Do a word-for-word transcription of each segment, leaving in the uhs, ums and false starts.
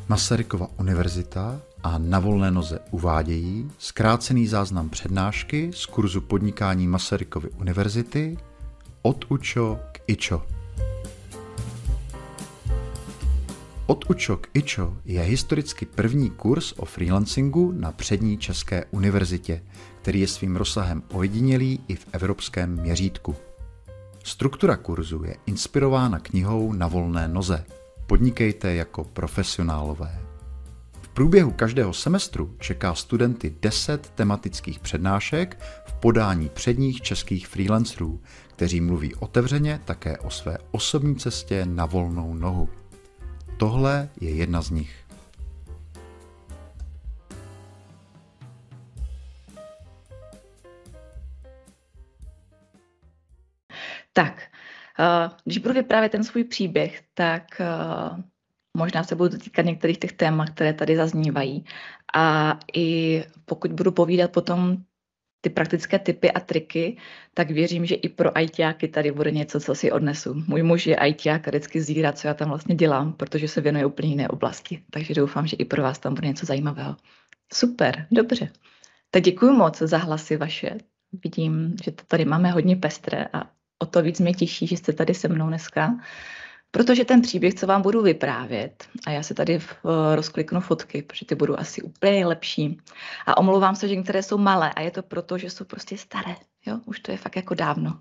Masarykova univerzita a Na volné noze uvádějí zkrácený záznam přednášky z kurzu podnikání Masarykovy univerzity Od učo k ičo. Od učo k ičo je historicky první kurz o freelancingu na přední české univerzitě, který je svým rozsahem ojedinělý i v evropském měřítku. Struktura kurzu je inspirována knihou Na volné noze. Podnikejte jako profesionálové. V průběhu každého semestru čeká studenty deset tematických přednášek v podání předních českých freelancerů, kteří mluví otevřeně také o své osobní cestě na volnou nohu. Tohle je jedna z nich. Tak, když budu vyprávět ten svůj příběh, tak možná se budu dotýkat některých těch témat, které tady zaznívají. A i pokud budu povídat potom ty praktické tipy a triky, tak věřím, že i pro ajťáky tady bude něco, co si odnesu. Můj muž je ajťák a vždycky zírá, co já tam vlastně dělám, protože se věnuje úplně jiné oblasti. Takže doufám, že i pro vás tam bude něco zajímavého. Super, dobře. Tak děkuji moc za hlasy vaše. Vidím, že to tady máme hodně pestré a o to víc mě těší, že jste tady se mnou dneska. Protože ten příběh, co vám budu vyprávět, a já se tady rozkliknu fotky, protože ty budou asi úplně lepší. A omlouvám se, že některé jsou malé a je to proto, že jsou prostě staré. Jo? Už to je fakt jako dávno.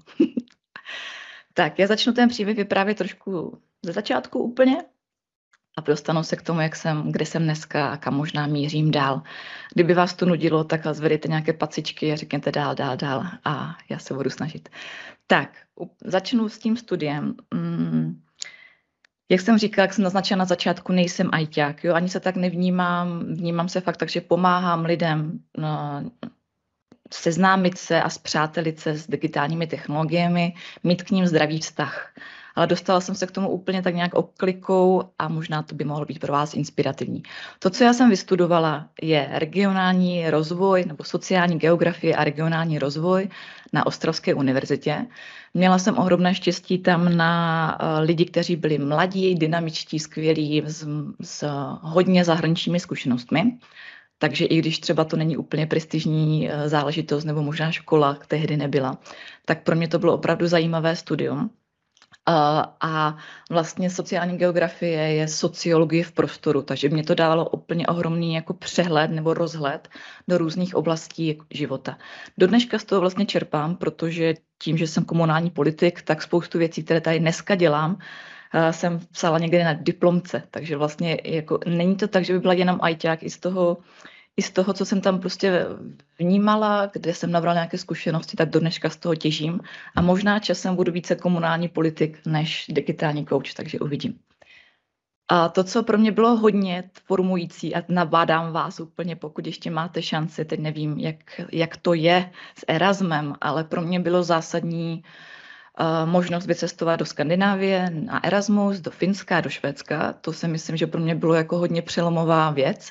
Tak, já začnu ten příběh vyprávět trošku ze začátku úplně a dostanu se k tomu, jak jsem, kde jsem dneska a kam možná mířím dál. Kdyby vás to nudilo, tak zvedejte nějaké pacičky a řekněte dál, dál, dál a já se budu snažit. Tak, začnu s tím studiem. Hmm. Jak jsem říkala, jak jsem naznačila na začátku, nejsem ajťák, jo, ani se tak nevnímám, vnímám se fakt tak, že pomáhám lidem no, seznámit se a spřátelit se s digitálními technologiemi, mít k ním zdravý vztah. Ale dostala jsem se k tomu úplně tak nějak oklikou a možná to by mohlo být pro vás inspirativní. To, co já jsem vystudovala, je regionální rozvoj nebo sociální geografie a regionální rozvoj na Ostravské univerzitě. Měla jsem ohromné štěstí tam na lidi, kteří byli mladí, dynamičtí, skvělí, s, s hodně zahraničními zkušenostmi. Takže i když třeba to není úplně prestižní záležitost nebo možná škola tehdy nebyla, tak pro mě to bylo opravdu zajímavé studium. A vlastně sociální geografie je sociologie v prostoru, takže mě to dávalo úplně ohromný jako přehled nebo rozhled do různých oblastí života. Do dneška z toho vlastně čerpám, protože tím, že jsem komunální politik, tak spoustu věcí, které tady dneska dělám, jsem psala někde na diplomce, takže vlastně jako není to tak, že by byla jenom ajťák i z toho, i z toho, co jsem tam prostě vnímala, kde jsem nabrala nějaké zkušenosti, tak do dneška z toho těžím. A možná časem budu více komunální politik než digitální coach, takže uvidím. A to, co pro mě bylo hodně formující, a nabádám vás úplně, pokud ještě máte šanci, teď nevím, jak, jak to je s Erasmem, ale pro mě bylo zásadní uh, možnost vycestovat do Skandinávie na Erasmus, do Finska, do Švédska. To si myslím, že pro mě bylo jako hodně přelomová věc.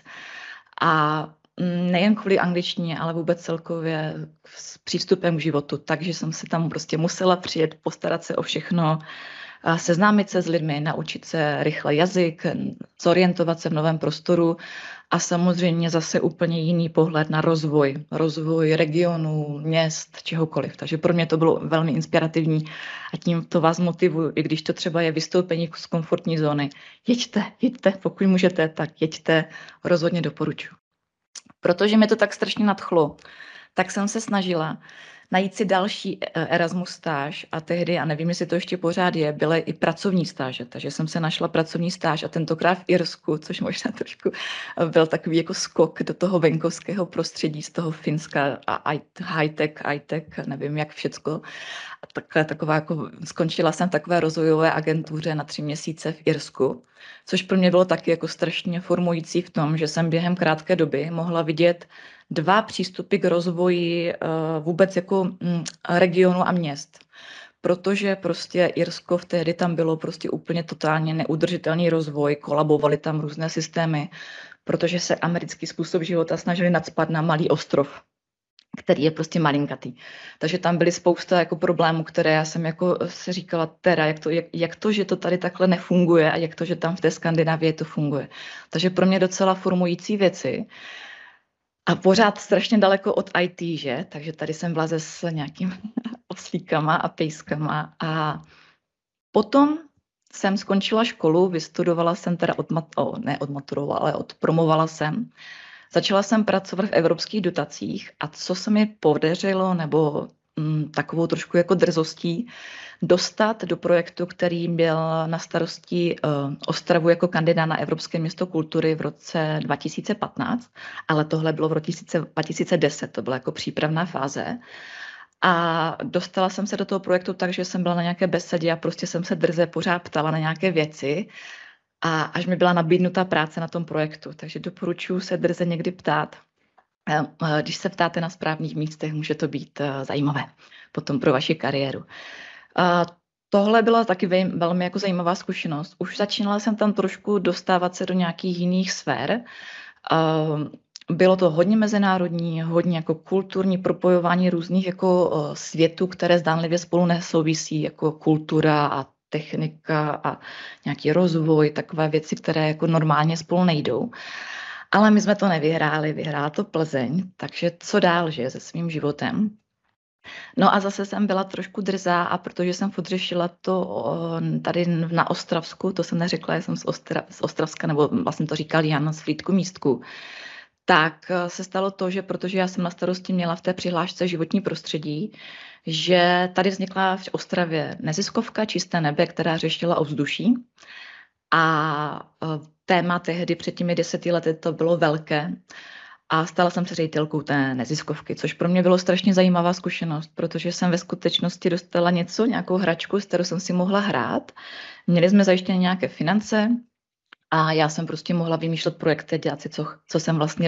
A nejen kvůli angličtině, ale vůbec celkově s přístupem k životu. Takže jsem si tam prostě musela přijet, postarat se o všechno, seznámit se s lidmi, naučit se rychle jazyk, zorientovat se v novém prostoru a samozřejmě zase úplně jiný pohled na rozvoj, rozvoj regionů, měst, čehokoliv. Takže pro mě to bylo velmi inspirativní a tím to vás motivuju, i když to třeba je vystoupení z komfortní zóny. Jeďte, jeďte, pokud můžete, tak jeďte, rozhodně doporučuji. Protože mě to tak strašně nadchlo, tak jsem se snažila najít si další Erasmus stáž a tehdy, a nevím, jestli to ještě pořád je, byly i pracovní stáže, takže jsem se našla pracovní stáž a tentokrát v Irsku, což možná trošku byl takový jako skok do toho venkovského prostředí z toho Finska a high-tech, high-tech, nevím jak všecko. A takhle, taková jako, skončila jsem v takové rozvojové agentuře na tři měsíce v Irsku, což pro mě bylo taky jako strašně formující v tom, že jsem během krátké doby mohla vidět dva přístupy k rozvoji vůbec jako regionu a měst. Protože prostě Irsko v tehdy tam bylo prostě úplně totálně neudržitelný rozvoj, kolabovaly tam různé systémy, protože se americký způsob života snažili nacpat na malý ostrov. který je prostě malinkatý. Takže tam byly spousta jako problémů, které já jsem jako si říkala, teda, jak to, jak, jak to, že to tady takhle nefunguje a jak to, že tam v té Skandinávii to funguje. Takže pro mě docela formující věci. A pořád strašně daleko od í té, že? Takže tady jsem vlaze s nějakými oslíkama a pejskama. A potom jsem skončila školu, vystudovala jsem teda, od, oh, ne odmaturovala, ale odpromovala jsem. Začala jsem pracovat v evropských dotacích a co se mi podařilo, nebo mm, takovou trošku jako drzostí, dostat do projektu, který byl na starosti uh, Ostravu jako kandidát na Evropské město kultury v roce dva tisíce patnáct, ale tohle bylo v roce dva tisíce deset, to byla jako přípravná fáze. A dostala jsem se do toho projektu tak, že jsem byla na nějaké besedě a prostě jsem se drze pořád ptala na nějaké věci, a až mi byla nabídnuta práce na tom projektu. Takže doporučuji se drze někdy ptát. Když se ptáte na správných místech, může to být zajímavé potom pro vaši kariéru. Tohle byla taky velmi jako zajímavá zkušenost. Už začínala jsem tam trošku dostávat se do nějakých jiných sfér. Bylo to hodně mezinárodní, hodně jako kulturní propojování různých jako světů, které zdánlivě spolu nesouvisí, jako kultura a technika a nějaký rozvoj, takové věci, které jako normálně spolu nejdou. Ale my jsme to nevyhráli, vyhrála to Plzeň, takže co dál, že se svým životem. No a zase jsem byla trošku drzá a protože jsem furt řešila to tady na Ostravsku, to jsem neřekla, já jsem z, Ostra, z Ostravska, nebo vlastně to říkal Jan z Frýdku Místku, tak se stalo to, že protože já jsem na starosti měla v té přihlášce životní prostředí, že tady vznikla v Ostravě neziskovka Čisté nebe, která řešila ovzduší. A téma tehdy před těmi deseti lety to bylo velké. A stala jsem se ředitelkou té neziskovky, což pro mě bylo strašně zajímavá zkušenost, protože jsem ve skutečnosti dostala něco, nějakou hračku, s kterou jsem si mohla hrát. Měli jsme zajištěné nějaké finance a já jsem prostě mohla vymýšlet projekty, dělat si, co, co jsem vlastně,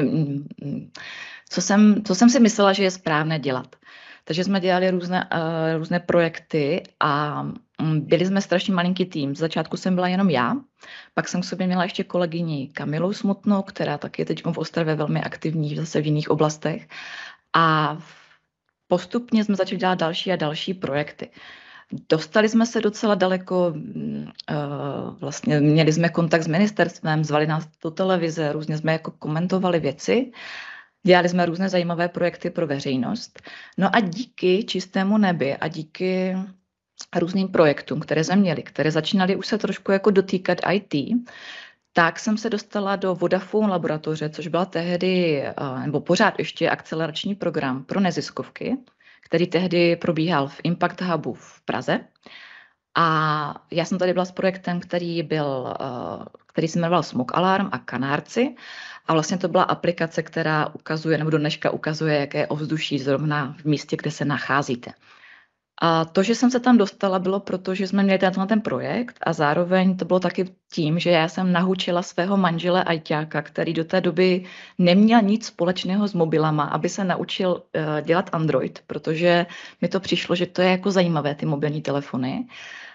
co jsem, co jsem si myslela, že je správné dělat. Takže jsme dělali různé, uh, různé projekty a um, byli jsme strašně malinký tým. Z začátku jsem byla jenom já, pak jsem k sobě měla ještě kolegyni Kamilu Smutnou, která taky je teď v Ostravě velmi aktivní zase v jiných oblastech. A postupně jsme začali dělat další a další projekty. Dostali jsme se docela daleko, uh, vlastně měli jsme kontakt s ministerstvem, zvali nás do televize, různě jsme jako komentovali věci. Dělali jsme různé zajímavé projekty pro veřejnost. No a díky Čistému nebi a díky různým projektům, které jsme měli, které začínaly už se trošku jako dotýkat í té, tak jsem se dostala do Vodafone laboratoře, což byla tehdy, nebo pořád ještě akcelerační program pro neziskovky, který tehdy probíhal v Impact Hubu v Praze. A já jsem tady byla s projektem, který byl, který se jmenoval Smog Alarm a Kanárci. A vlastně to byla aplikace, která ukazuje, nebo do dneška ukazuje, jaké je ovzduší zrovna v místě, kde se nacházíte. A to, že jsem se tam dostala, bylo proto, že jsme měli tenhle ten projekt a zároveň to bylo taky tím, že já jsem nahučila svého manžele ajťáka, který do té doby neměl nic společného s mobilama, aby se naučil uh, dělat Android, protože mi to přišlo, že to je jako zajímavé, ty mobilní telefony.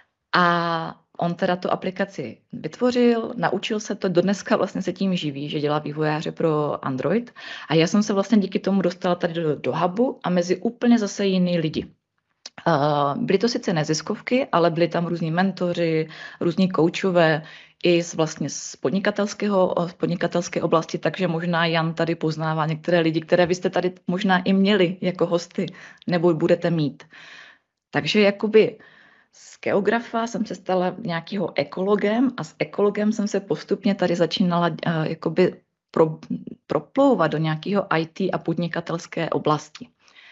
A on teda tu aplikaci vytvořil, naučil se to, dodneska vlastně se tím živí, že dělá vývojáře pro Android. A já jsem se vlastně díky tomu dostala tady do, do Hubu a mezi úplně zase jiný lidi. Uh, byly to sice neziskovky, ale byli tam různí mentoři, různí koučové, i z vlastně z podnikatelského, z podnikatelské oblasti, takže možná Jan tady poznává některé lidi, které vy jste tady možná i měli jako hosty, nebo budete mít. Takže jakoby z geografa jsem se stala nějakého ekologem a s ekologem jsem se postupně tady začínala uh, jakoby pro, proplouvat do nějakého í té a podnikatelské oblasti.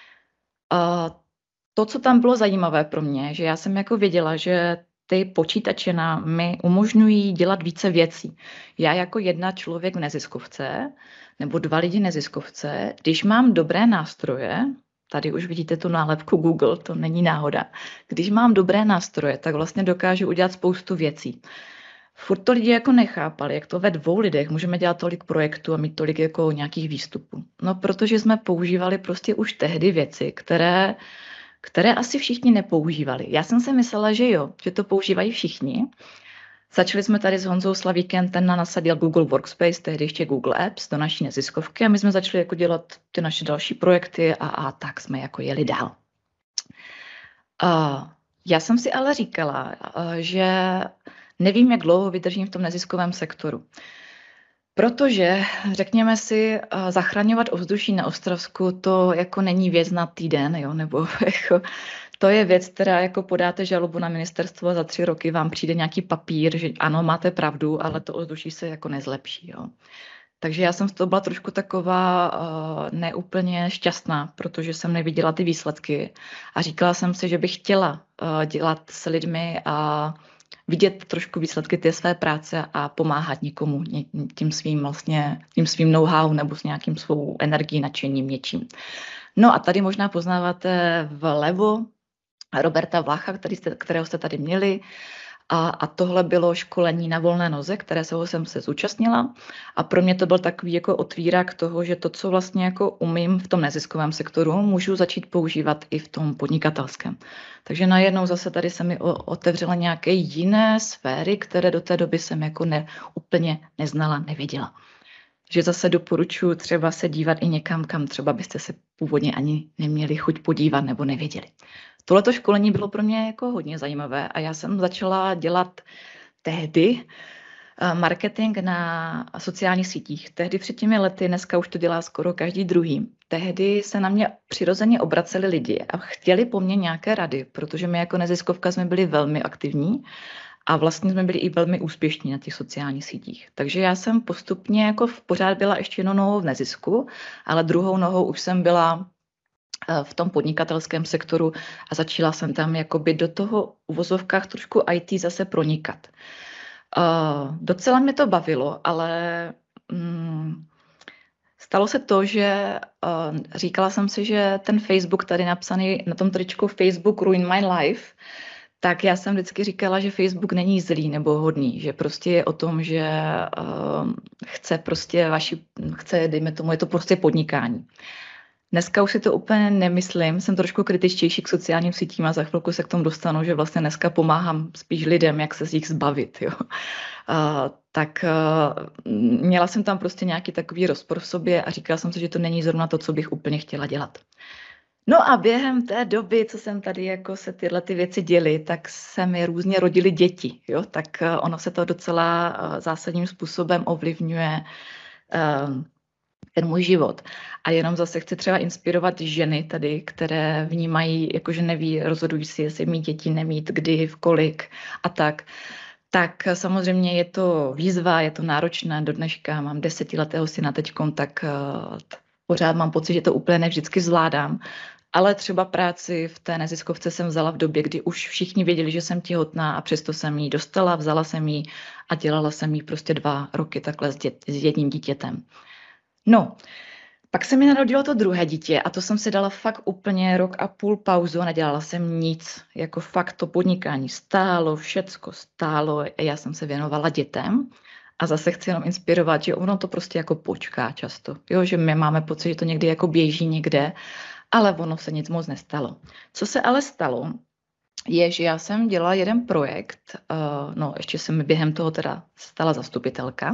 Uh, to, co tam bylo zajímavé pro mě, že já jsem jako věděla, že ty počítače nám mi umožňují dělat více věcí. Já jako jedna člověk v neziskovce, nebo dva lidi v neziskovce, když mám dobré nástroje, tady už vidíte tu nálepku Google, to není náhoda. Když mám dobré nástroje, tak vlastně dokážu udělat spoustu věcí. Furt to lidi jako nechápali, jak to ve dvou lidech můžeme dělat tolik projektů a mít tolik jako nějakých výstupů. No, protože jsme používali prostě už tehdy věci, které, které asi všichni nepoužívali. Já jsem si myslela, že jo, že to používají všichni. Začali jsme tady s Honzou Slavíkem, ten nasadil Google Workspace, tehdy ještě Google Apps, do naší neziskovky a my jsme začali jako dělat ty naše další projekty a, a tak jsme jako jeli dál. Uh, já jsem si ale říkala, uh, že nevím, jak dlouho vydržím v tom neziskovém sektoru. Protože, řekněme si, uh, zachraňovat ovzduší na Ostravsku, to jako není věc na týden, jo, nebo jako... To je věc, která jako podáte žalobu na ministerstvo a za tři roky vám přijde nějaký papír, že ano, máte pravdu, ale to ovzduší se jako nezlepší. Jo. Takže já jsem z toho byla trošku taková uh, neúplně šťastná, protože jsem neviděla ty výsledky a říkala jsem si, že bych chtěla uh, dělat s lidmi a vidět trošku výsledky té své práce a pomáhat někomu tím svým vlastně, tím svým know-how nebo s nějakým svou energií, nadšením, něčím. No a tady možná poznáváte vlevo Roberta Vlacha, který jste, kterého jste tady měli. A, a tohle bylo školení na volné noze, které se jsem se zúčastnila. A pro mě to byl takový jako otvírák toho, že to, co vlastně jako umím v tom neziskovém sektoru, můžu začít používat i v tom podnikatelském. Takže najednou zase tady se mi otevřela nějaké jiné sféry, které do té doby jsem jako ne, úplně neznala, nevěděla. Že zase doporučuji třeba se dívat i někam, kam třeba byste se původně ani neměli chuť podívat nebo nevěděli. Tohleto školení bylo pro mě jako hodně zajímavé a já jsem začala dělat tehdy marketing na sociálních sítích. Tehdy před těmi lety, dneska už to dělá skoro každý druhý. Tehdy se na mě přirozeně obraceli lidi a chtěli po mně nějaké rady, protože my jako neziskovka jsme byli velmi aktivní a vlastně jsme byli i velmi úspěšní na těch sociálních sítích. Takže já jsem postupně jako v pořád byla ještě jednou nohou v nezisku, ale druhou nohou už jsem byla v tom podnikatelském sektoru a začala jsem tam jakoby do toho uvozovkách trošku í té zase pronikat. Uh, docela mě to bavilo, ale um, stalo se to, že uh, říkala jsem si, že ten Facebook tady napsaný na tom tričku Facebook Ruin My Life, tak já jsem vždycky říkala, že Facebook není zlý nebo hodný, že prostě je o tom, že uh, chce prostě vaši, chce, dejme tomu, je to prostě podnikání. Dneska už si to úplně nemyslím, jsem trošku kritičtější k sociálním sítím a za chvilku se k tomu dostanu, že vlastně dneska pomáhám spíš lidem, jak se z nich zbavit. Jo. Uh, tak uh, měla jsem tam prostě nějaký takový rozpor v sobě a říkala jsem si, že to není zrovna to, co bych úplně chtěla dělat. No a během té doby, co jsem tady jako se tyhle ty věci děly, tak se mi různě rodily děti. Jo? Tak uh, ono se to docela uh, zásadním způsobem ovlivňuje uh, ten můj život. A jenom zase chci třeba inspirovat ženy tady, které vnímají, jakože neví, rozhodují si, jestli mít děti, nemít, kdy, v kolik a tak. Tak samozřejmě je to výzva, je to náročné do dneška. Mám desetiletého syna teďkom, tak uh, pořád mám pocit, že to úplně nevždycky zvládám. Ale třeba práci v té neziskovce jsem vzala v době, kdy už všichni věděli, že jsem těhotná a přesto jsem ji dostala, vzala jsem ji a dělala jsem ji prostě dva roky takhle s, dět, s jedním dítětem. No, pak se mi narodilo to druhé dítě a to jsem si dala fakt úplně rok a půl pauzu a nedělala jsem nic. Jako fakt to podnikání stálo, všecko stálo, já jsem se věnovala dětem a zase chci jenom inspirovat, že ono to prostě jako počká často. Jo, že my máme pocit, že to někdy jako běží někde, ale ono se nic moc nestalo. Co se ale stalo, je, že já jsem dělala jeden projekt, uh, no ještě jsem mi během toho teda stala zastupitelka,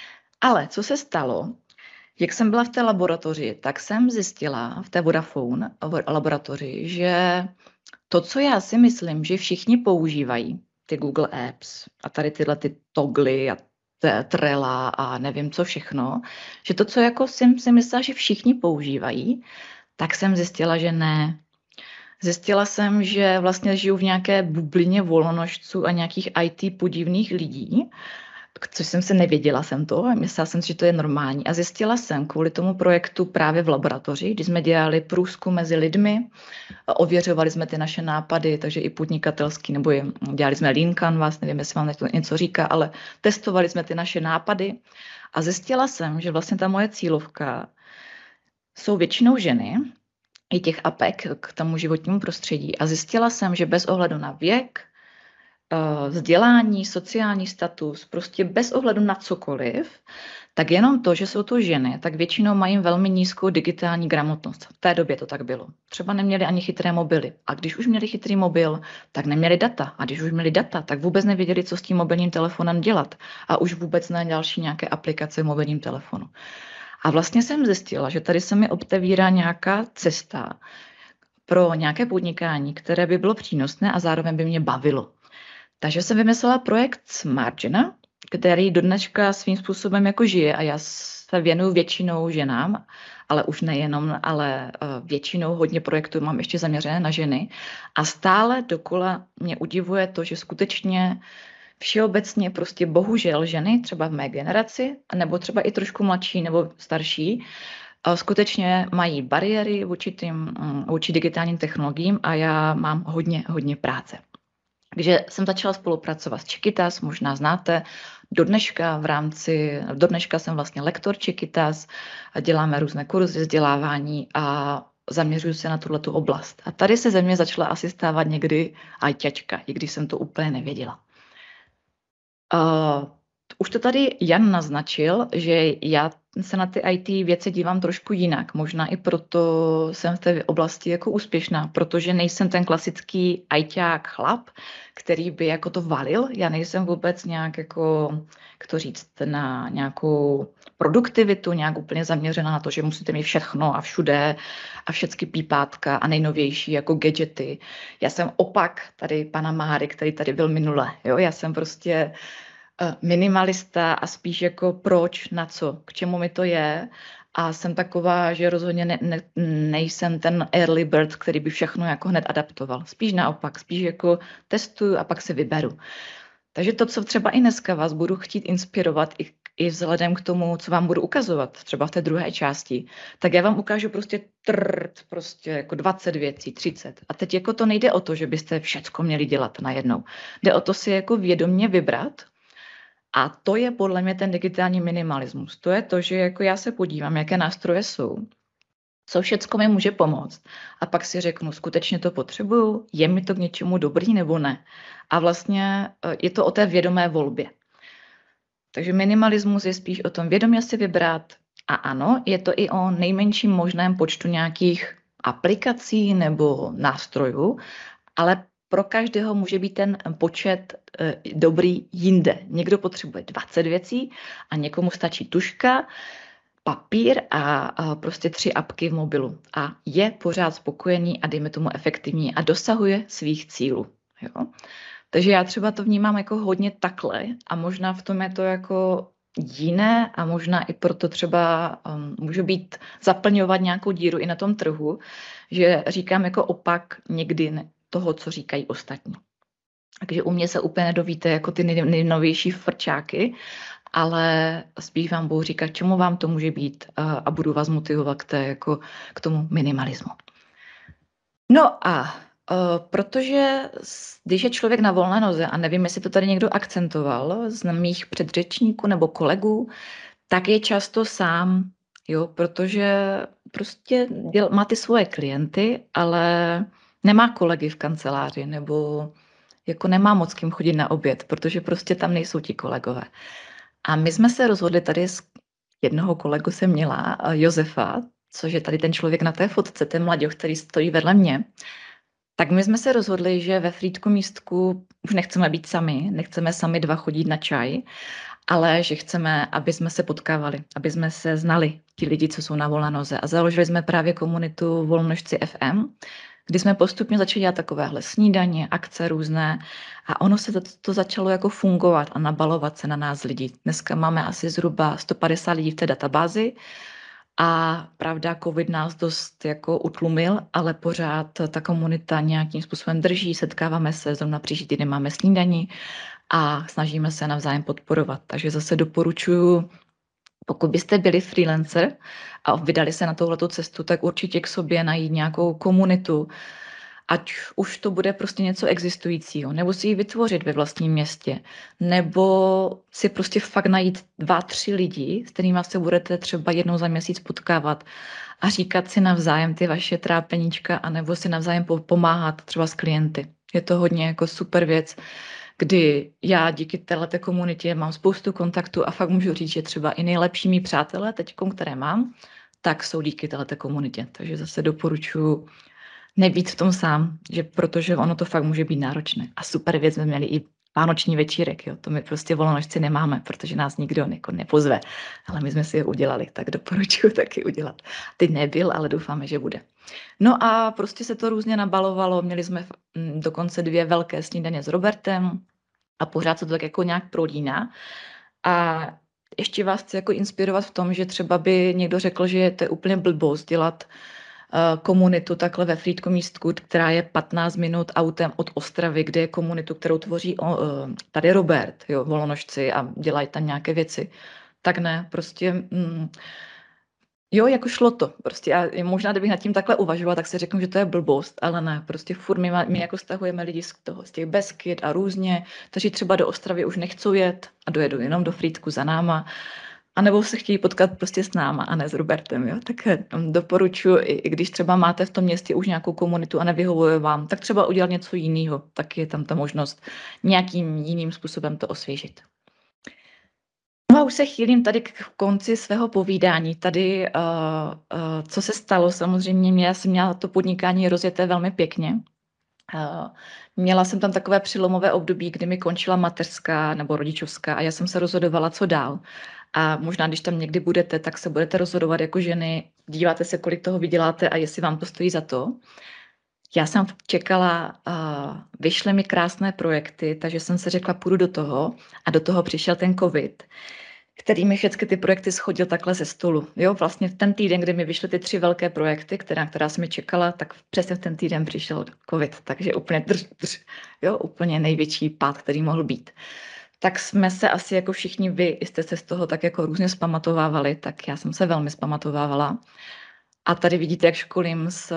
ale co se stalo, jak jsem byla v té laboratoři, tak jsem zjistila v té Vodafone laboratoři, že to, co já si myslím, že všichni používají, ty Google Apps a tady tyhle ty togly a Trella a nevím co všechno, že to, co jako jsem si myslela, že všichni používají, tak jsem zjistila, že ne. Zjistila jsem, že vlastně žiju v nějaké bublině volnonožců a nějakých í té podivných lidí, což jsem se nevěděla jsem to, myslela jsem si, že to je normální. A zjistila jsem kvůli tomu projektu právě v laboratoři, kdy jsme dělali průzkum mezi lidmi, ověřovali jsme ty naše nápady, takže i podnikatelský, nebo je, dělali jsme Lean Canvas, nevím, jestli vám to něco říká, ale testovali jsme ty naše nápady a zjistila jsem, že vlastně ta moje cílovka jsou většinou ženy, i těch apek k tomu životnímu prostředí. A zjistila jsem, že bez ohledu na věk, uh, vzdělání, sociální status, prostě bez ohledu na cokoliv, tak jenom to, že jsou to ženy, tak většinou mají velmi nízkou digitální gramotnost. V té době to tak bylo. Třeba neměli ani chytré mobily. A když už měli chytrý mobil, tak neměli data. A když už měli data, tak vůbec nevěděli, co s tím mobilním telefonem dělat. A už vůbec ne další nějaké aplikace v mobilním telefonu. A vlastně jsem zjistila, že tady se mi otevírá nějaká cesta pro nějaké podnikání, které by bylo přínosné a zároveň by mě bavilo. Takže jsem vymyslela projekt Smartžena, který do dneška svým způsobem jako žije a já se věnuju většinou ženám, ale už nejenom, ale většinou hodně projektů mám ještě zaměřené na ženy a stále dokola mě udivuje to, že skutečně všeobecně prostě bohužel ženy, třeba v mé generaci, nebo třeba i trošku mladší nebo starší, skutečně mají bariéry vůči, tým, vůči digitálním technologiím a já mám hodně, hodně práce. Takže jsem začala spolupracovat s Chiquitas, možná znáte, do dneška v rámci, do dneška jsem vlastně lektor Chiquitas, děláme různé kurzy vzdělávání a zaměřuju se na tuhletu oblast. A tady se ze mě začala asi stávat někdy ajťačka, i když jsem to úplně nevěděla. Uh, už to tady Jan naznačil, že já se na ty í té věci dívám trošku jinak. Možná i proto jsem v té oblasti jako úspěšná, protože nejsem ten klasický ajťák chlap, který by jako to valil. Já nejsem vůbec nějak jako, jak to říct, na nějakou produktivitu, nějak úplně zaměřená na to, že musíte mít všechno a všude a všechny pípátka a nejnovější jako gadgety. Já jsem opak tady pana Máry, který tady byl minule. Jo? Já jsem prostě minimalista a spíš jako proč, na co, k čemu mi to je. A jsem taková, že rozhodně ne, ne, nejsem ten early bird, který by všechno jako hned adaptoval. Spíš naopak, spíš jako testuju a pak si vyberu. Takže to, co třeba i dneska vás budu chtít inspirovat i, i vzhledem k tomu, co vám budu ukazovat, třeba v té druhé části, tak já vám ukážu prostě trt, prostě jako dvacet věcí, třicet. A teď jako to nejde o to, že byste všecko měli dělat najednou. Jde o to si jako vědomě vybrat. A to je podle mě ten digitální minimalismus. To je to, že jako já se podívám, jaké nástroje jsou, co všecko mi může pomoct. A pak si řeknu, skutečně to potřebuju, je mi to k něčemu dobrý nebo ne. A vlastně je to o té vědomé volbě. Takže minimalismus je spíš o tom vědomě si vybrat. A ano, je to i o nejmenším možném počtu nějakých aplikací nebo nástrojů, ale pro každého může být ten počet e, dobrý jinde. Někdo potřebuje dvacet věcí a někomu stačí tužka, papír a, a prostě tři apky v mobilu. A je pořád spokojený a dejme tomu efektivní a dosahuje svých cílů. Jo? Takže já třeba to vnímám jako hodně takhle a možná v tom je to jako jiné a možná i proto třeba um, může být zaplňovat nějakou díru i na tom trhu, že říkám jako opak někdy ne, toho, co říkají ostatní. Takže u mě se úplně nedovíte jako ty nejnovější frčáky, ale spíš vám budu říkat, čemu vám to může být a budu vás motivovat k, té, jako, k tomu minimalismu. No a uh, protože když je člověk na volné noze, a nevím, jestli to tady někdo akcentoval z mých předřečníků nebo kolegů, tak je často sám, jo, protože prostě děl, má ty svoje klienty, ale nemá kolegy v kanceláři, nebo jako nemá moc kým chodit na oběd, protože prostě tam nejsou ti kolegové. A my jsme se rozhodli, tady z jednoho kolegu jsem měla, Josefa, což je tady ten člověk na té fotce, ten mladěch, který stojí vedle mě, tak my jsme se rozhodli, že ve Frýdku místku už nechceme být sami, nechceme sami dva chodit na čaj, ale že chceme, aby jsme se potkávali, aby jsme se znali, ti lidi, co jsou na volné noze. A založili jsme právě komunitu Volnožci ef em, kdy jsme postupně začali dělat takovéhle snídaně, akce různé a ono se to, to začalo jako fungovat a nabalovat se na nás lidi. Dneska máme asi zhruba sto padesát lidí v té databázi a pravda, covid nás dost jako utlumil, ale pořád ta komunita nějakým způsobem drží, setkáváme se, zrovna příští týden máme snídaní a snažíme se navzájem podporovat. Takže zase doporučuji, pokud byste byli freelancer a vydali se na touhletu cestu, tak určitě k sobě najít nějakou komunitu, ať už to bude prostě něco existujícího, nebo si ji vytvořit ve vlastním městě, nebo si prostě fakt najít dva, tři lidi, s kterými se budete třeba jednou za měsíc potkávat a říkat si navzájem ty vaše trápeníčka, anebo si navzájem pomáhat třeba s klienty. Je to hodně jako super věc, kdy já díky téhleté komunitě mám spoustu kontaktů a fakt můžu říct, že třeba i nejlepší mý přátelé teďkom, které mám, tak jsou díky téhleté komunitě. Takže zase doporučuji nebýt v tom sám, že protože ono to fakt může být náročné. A super věc jsme měli i vánoční večírek, jo. To my prostě volnonožci nemáme, protože nás nikdo jako nepozve, ale my jsme si je udělali, tak doporučuji taky udělat. Teď nebyl, ale doufáme, že bude. No a prostě se to různě nabalovalo, měli jsme mm, dokonce dvě velké snídaně s Robertem a pořád se to tak jako nějak prolíná. A ještě vás chci jako inspirovat v tom, že třeba by někdo řekl, že to je úplně blbost dělat uh, komunitu takhle ve Frýdku-Místku, která je patnáct minut autem od Ostravy, kde je komunitu, kterou tvoří uh, tady Robert, jo, volnonožci a dělají tam nějaké věci. Tak ne, prostě... Mm, Jo, jako šlo to. Prostě já možná, kdybych nad tím takhle uvažovala, tak si řeknu, že to je blbost, ale ne. Prostě furt my, my jako stahujeme lidi z, toho, z těch Beskyd a různě, kteří třeba do Ostravy už nechcou jet a dojedou jenom do Frýdku za náma, anebo se chtějí potkat prostě s náma a ne s Robertem. Jo? Tak doporučuji, i, i když třeba máte v tom městě už nějakou komunitu a nevyhovuje vám, tak třeba udělat něco jiného. Tak je tam ta možnost nějakým jiným způsobem to osvěžit. No a už se chýlím tady k konci svého povídání. Tady, uh, uh, co se stalo, samozřejmě, já jsem měla to podnikání rozjeté velmi pěkně. Uh, měla jsem tam takové přilomové období, kdy mi končila mateřská nebo rodičovská a já jsem se rozhodovala, co dál. A možná, když tam někdy budete, tak se budete rozhodovat jako ženy, díváte se, kolik toho vyděláte a jestli vám to stojí za to. Já jsem čekala, uh, vyšly mi krásné projekty, takže jsem si řekla, půjdu do toho a do toho přišel ten covid, který mi všechny ty projekty schodil takhle ze stolu. Jo, vlastně v ten týden, kdy mi vyšly ty tři velké projekty, která, která jsem mi čekala, tak přesně v ten týden přišel covid, takže úplně drž, drž, jo, úplně největší pád, který mohl být. Tak jsme se asi jako všichni vy, jste se z toho tak jako různě zpamatovávali, tak já jsem se velmi zpamatovávala. A tady vidíte, jak školím z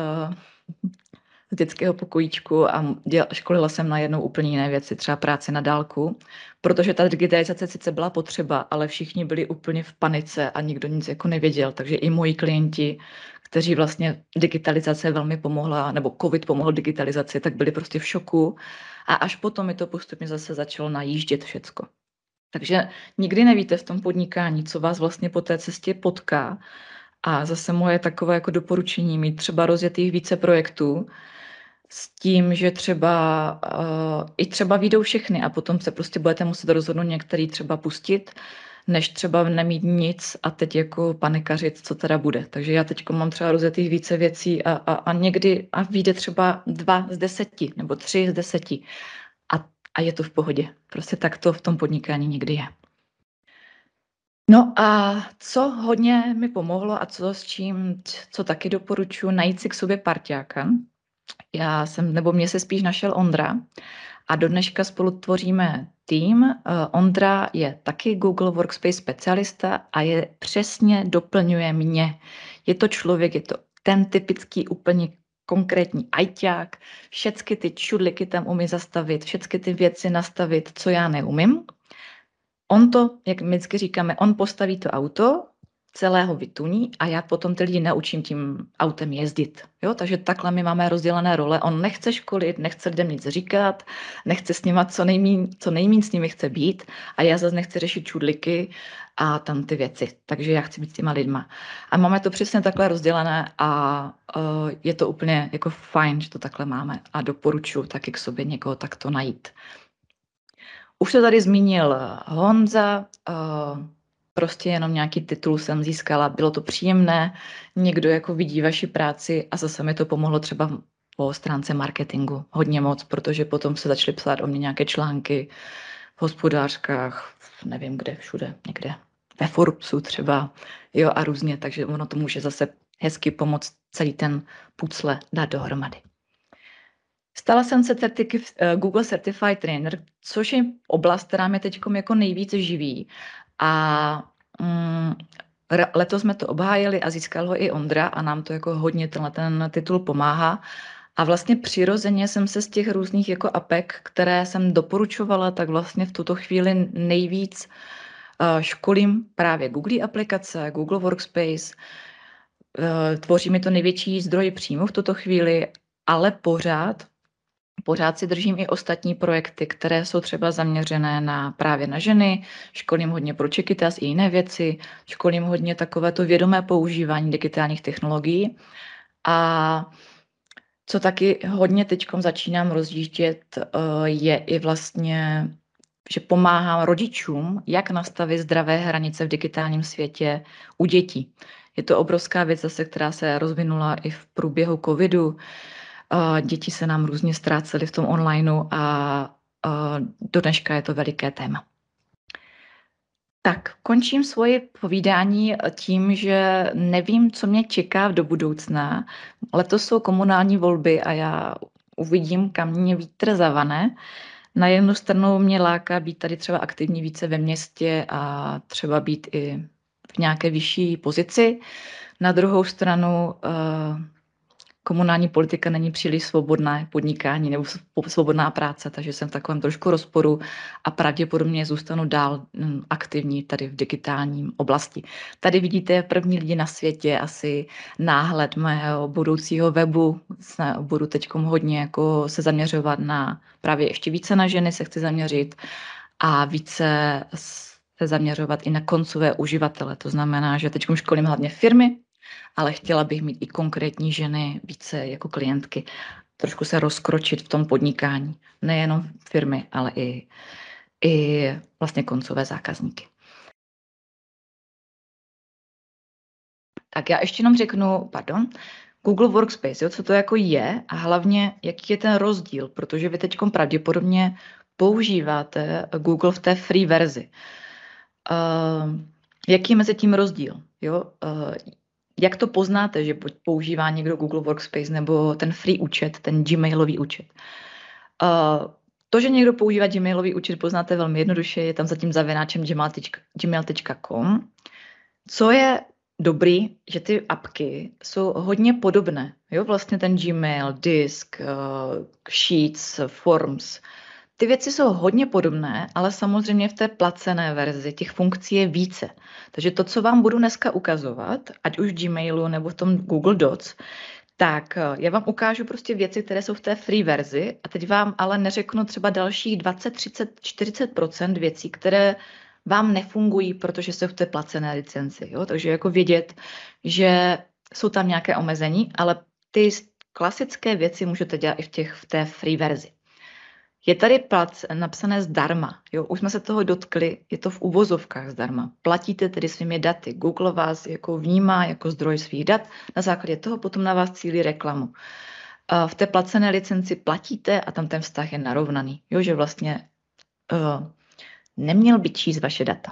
z dětského pokojíčku a děl, školila jsem najednou úplně jiné věci, třeba práci na dálku, protože ta digitalizace sice byla potřeba, ale všichni byli úplně v panice a nikdo nic jako nevěděl, takže i moji klienti, kteří vlastně digitalizace velmi pomohla, nebo covid pomohl digitalizaci, tak byli prostě v šoku a až potom mi to postupně zase začalo najíždět všecko. Takže nikdy nevíte v tom podnikání, co vás vlastně po té cestě potká. A zase moje takové jako doporučení mít třeba rozjetých více projektů s tím, že třeba uh, i třeba vyjdou všechny a potom se prostě budete muset rozhodnout některý třeba pustit, než třeba nemít nic a teď jako panikařit, co teda bude. Takže já teď mám třeba rozjetých více věcí a, a, a někdy a vyjde třeba dva z deseti nebo tři z deseti a, a je to v pohodě. Prostě tak to v tom podnikání někdy je. No a co hodně mi pomohlo a co s čím, co taky doporučuji, najít si k sobě parťáka. Já jsem, nebo mě se spíš našel Ondra a do dneška spolu tvoříme tým. Uh, Ondra je taky Google Workspace specialista a je přesně doplňuje mě. Je to člověk, je to ten typický úplně konkrétní ajťák, všechny ty čudliky tam umí zastavit, všechny ty věci nastavit, co já neumím. On to, jak my vždycky říkáme, on postaví to auto, celého vytuní a já potom ty lidi naučím tím autem jezdit. Jo? Takže takhle my máme rozdělené role. On nechce školit, nechce lidem nic říkat, nechce s nima co nejmín, co nejmín s nimi chce být a já zase nechci řešit čudliky a tam ty věci. Takže já chci být s těma lidma. A máme to přesně takhle rozdělené a uh, je to úplně jako fajn, že to takhle máme a doporučuji taky k sobě někoho takto najít. Už to tady zmínil Honza, uh, prostě jenom nějaký titul jsem získala, bylo to příjemné, někdo jako vidí vaši práci a zase mi to pomohlo třeba po stránce marketingu hodně moc, protože potom se začaly psát o mě nějaké články v hospodářkách, nevím kde, všude, někde, ve Forbesu třeba, jo a různě, takže ono to může zase hezky pomoct celý ten pucle dát dohromady. Stala jsem se certif- Google Certified Trainer, což je oblast, která mě teď jako nejvíc živí. A mm, letos jsme to obhájili a získal ho i Ondra a nám to jako hodně tenhle ten titul pomáhá. A vlastně přirozeně jsem se z těch různých jako apek, které jsem doporučovala, tak vlastně v tuto chvíli nejvíc uh, školím právě Google aplikace, Google Workspace. Uh, tvoří mi to největší zdroj příjmu v tuto chvíli, ale pořád pořád si držím i ostatní projekty, které jsou třeba zaměřené na právě na ženy, školím hodně pro Čekytas i jiné věci, školím hodně takovéto vědomé používání digitálních technologií. A co taky hodně teďkom začínám rozjíždět, je i vlastně, že pomáhám rodičům, jak nastavit zdravé hranice v digitálním světě u dětí. Je to obrovská věc zase, která se rozvinula i v průběhu covidu. Děti se nám různě ztrácely v tom onlineu a do dneška je to veliké téma. Tak, končím svoje povídání tím, že nevím, co mě čeká do budoucna. Letos jsou komunální volby a já uvidím, kam mě vítr zavane. Na jednu stranu mě láká být tady třeba aktivní více ve městě a třeba být i v nějaké vyšší pozici. Na druhou stranu komunální politika není příliš svobodná podnikání nebo svobodná práce, takže jsem v takovém trošku rozporu a pravděpodobně zůstanu dál aktivní tady v digitálním oblasti. Tady vidíte první lidi na světě, asi náhled mého budoucího webu. Budu teď hodně jako se zaměřovat na právě ještě více na ženy se chci zaměřit a více se zaměřovat i na koncové uživatele. To znamená, že teď školím hlavně firmy, ale chtěla bych mít i konkrétní ženy více jako klientky. Trošku se rozkročit v tom podnikání. Nejenom firmy, ale i, i vlastně koncové zákazníky. Tak já ještě jenom řeknu, pardon, Google Workspace, jo, co to jako je a hlavně, jaký je ten rozdíl, protože vy teď pravděpodobně používáte Google v té free verzi. Uh, jaký je mezi tím rozdíl? Jo? Uh, Jak to poznáte, že používá někdo Google Workspace nebo ten free účet, ten Gmailový účet? Uh, to, že někdo používá Gmailový účet, poznáte velmi jednoduše, je tam za tím zavináčem gmail tečka com. Co je dobrý, že ty apky jsou hodně podobné. Jo, vlastně ten Gmail, Disk, uh, Sheets, Forms. Ty věci jsou hodně podobné, ale samozřejmě v té placené verzi těch funkcí je více. Takže to, co vám budu dneska ukazovat, ať už v Gmailu nebo v tom Google Docs, tak já vám ukážu prostě věci, které jsou v té free verzi a teď vám ale neřeknu třeba dalších dvacet, třicet, čtyřicet procent věcí, které vám nefungují, protože jsou v té placené licenci. Jo? Takže jako vědět, že jsou tam nějaké omezení, ale ty klasické věci můžete dělat i v, těch, v té free verzi. Je tady plac napsané zdarma, jo? Už jsme se toho dotkli, je to v uvozovkách zdarma. Platíte tedy svými daty. Google vás jako vnímá jako zdroj svých dat, na základě toho potom na vás cílí reklamu. V té placené licenci platíte a tam ten vztah je narovnaný, jo? Že vlastně uh, neměl by číst vaše data.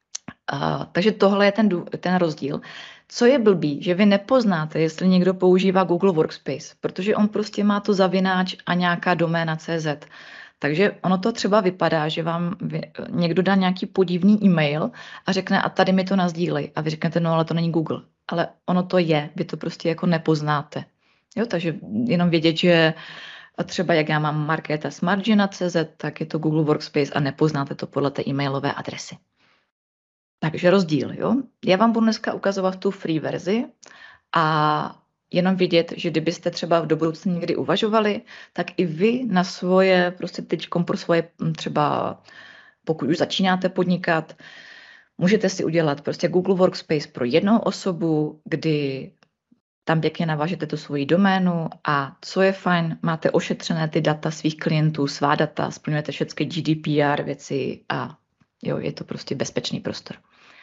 Uh, takže tohle je ten, ten rozdíl. Co je blbý, že vy nepoznáte, jestli někdo používá Google Workspace, protože on prostě má to zavináč a nějaká doména tečka cé zet. Takže ono to třeba vypadá, že vám někdo dá nějaký podivný e-mail a řekne a tady mi to nazdílej. A vy řeknete, no ale to není Google. Ale ono to je, vy to prostě jako nepoznáte. Jo, takže jenom vědět, že třeba jak já mám Markéta Smartgina tečka cé zet, tak je to Google Workspace a nepoznáte to podle té e-mailové adresy. Takže rozdíl, jo. Já vám budu dneska ukazovat tu free verzi a jenom vidět, že kdybyste třeba v do budoucna někdy uvažovali, tak i vy na svoje, prostě teďkom pro svoje třeba, pokud už začínáte podnikat, můžete si udělat prostě Google Workspace pro jednou osobu, kdy tam pěkně navážete tu svoji doménu a co je fajn, máte ošetřené ty data svých klientů, svá data, splňujete všechny G D P R věci a jo, je to prostě bezpečný prostor.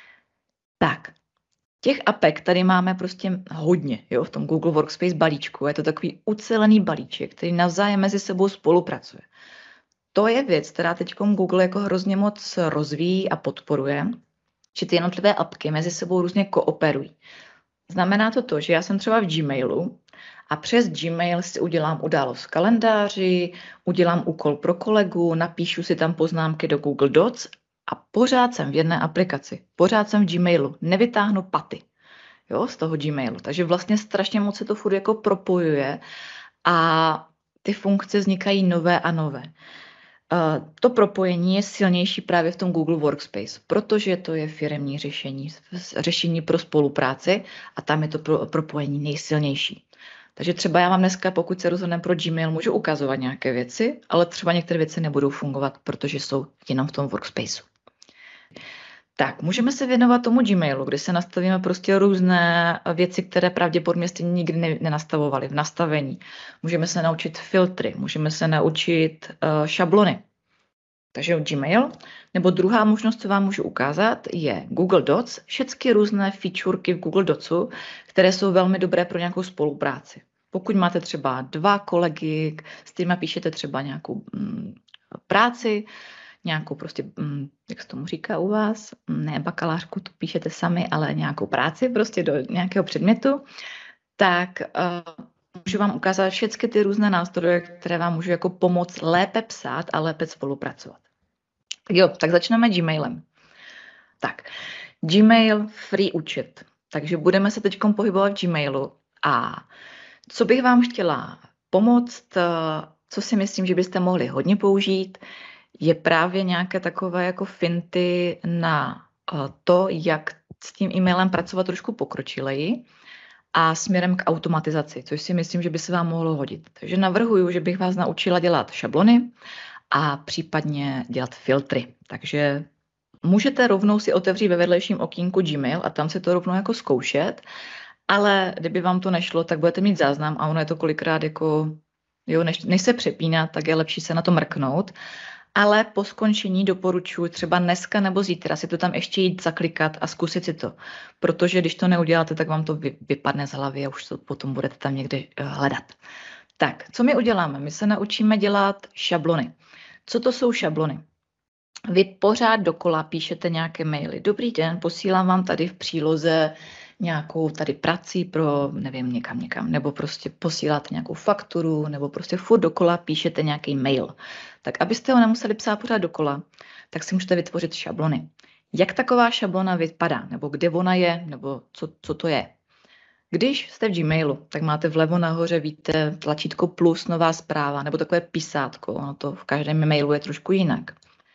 Tak, těch apek tady máme prostě hodně, jo, v tom Google Workspace balíčku. Je to takový ucelený balíček, který navzájem mezi sebou spolupracuje. To je věc, která teď Google jako hrozně moc rozvíjí a podporuje, že ty jednotlivé apky mezi sebou různě kooperují. Znamená to to, že já jsem třeba v Gmailu a přes Gmail si udělám událost v kalendáři, udělám úkol pro kolegu, napíšu si tam poznámky do Google Docs a pořád jsem v jedné aplikaci, pořád jsem v Gmailu, nevytáhnu paty, jo, z toho Gmailu. Takže vlastně strašně moc se to furt jako propojuje a ty funkce vznikají nové a nové. Uh, to propojení je silnější právě v tom Google Workspace, protože to je firemní řešení, řešení pro spolupráci a tam je to pro, propojení nejsilnější. Takže třeba já vám dneska, pokud se rozhodneme pro Gmail, můžu ukazovat nějaké věci, ale třeba některé věci nebudou fungovat, protože jsou jenom v tom workspaceu. Tak, můžeme se věnovat tomu Gmailu, kdy se nastavíme prostě různé věci, které pravděpodobně jste nikdy ne, nenastavovali v nastavení. Můžeme se naučit filtry, můžeme se naučit uh, šablony. Takže Gmail. Nebo druhá možnost, co vám můžu ukázat, je Google Docs. Všechny různé featureky v Google Docsu, které jsou velmi dobré pro nějakou spolupráci. Pokud máte třeba dva kolegy, s kterými píšete třeba nějakou mm, práci, nějakou prostě, mm, jak se tomu říká u vás, ne bakalářku, to píšete sami, ale nějakou práci prostě do nějakého předmětu, tak uh, můžu vám ukázat všechny ty různé nástroje, které vám můžou jako pomoct lépe psát a lépe spolupracovat. Tak jo, tak začneme Gmailem. Tak, Gmail free účet. Takže budeme se teď pohybovat v Gmailu. A co bych vám chtěla pomoct, co si myslím, že byste mohli hodně použít, je právě nějaké takové jako finty na to, jak s tím e-mailem pracovat trošku pokročileji a směrem k automatizaci, což si myslím, že by se vám mohlo hodit. Takže navrhuju, že bych vás naučila dělat šablony a případně dělat filtry. Takže můžete rovnou si otevřít ve vedlejším okýnku Gmail a tam si to rovnou jako zkoušet, ale kdyby vám to nešlo, tak budete mít záznam a ono je to kolikrát jako, jo, než, než se přepínat, tak je lepší se na to mrknout. Ale po skončení doporučuji třeba dneska nebo zítra si to tam ještě jít zaklikat a zkusit si to. Protože když to neuděláte, tak vám to vy, vypadne z hlavy a už to potom budete tam někde hledat. Tak, co my uděláme? My se naučíme dělat šablony. Co to jsou šablony? Vy pořád dokola píšete nějaké maily. Dobrý den, posílám vám tady v příloze nějakou tady prací pro, nevím, někam, někam, nebo prostě posíláte nějakou fakturu, nebo prostě furt dokola píšete nějaký mail. Tak abyste ho nemuseli psát pořád dokola, tak si můžete vytvořit šablony. Jak taková šablona vypadá, nebo kde ona je, nebo co, co to je. Když jste v Gmailu, tak máte vlevo nahoře, víte, tlačítko plus nová zpráva, nebo takové písátko, ono to v každém mailu je trošku jinak.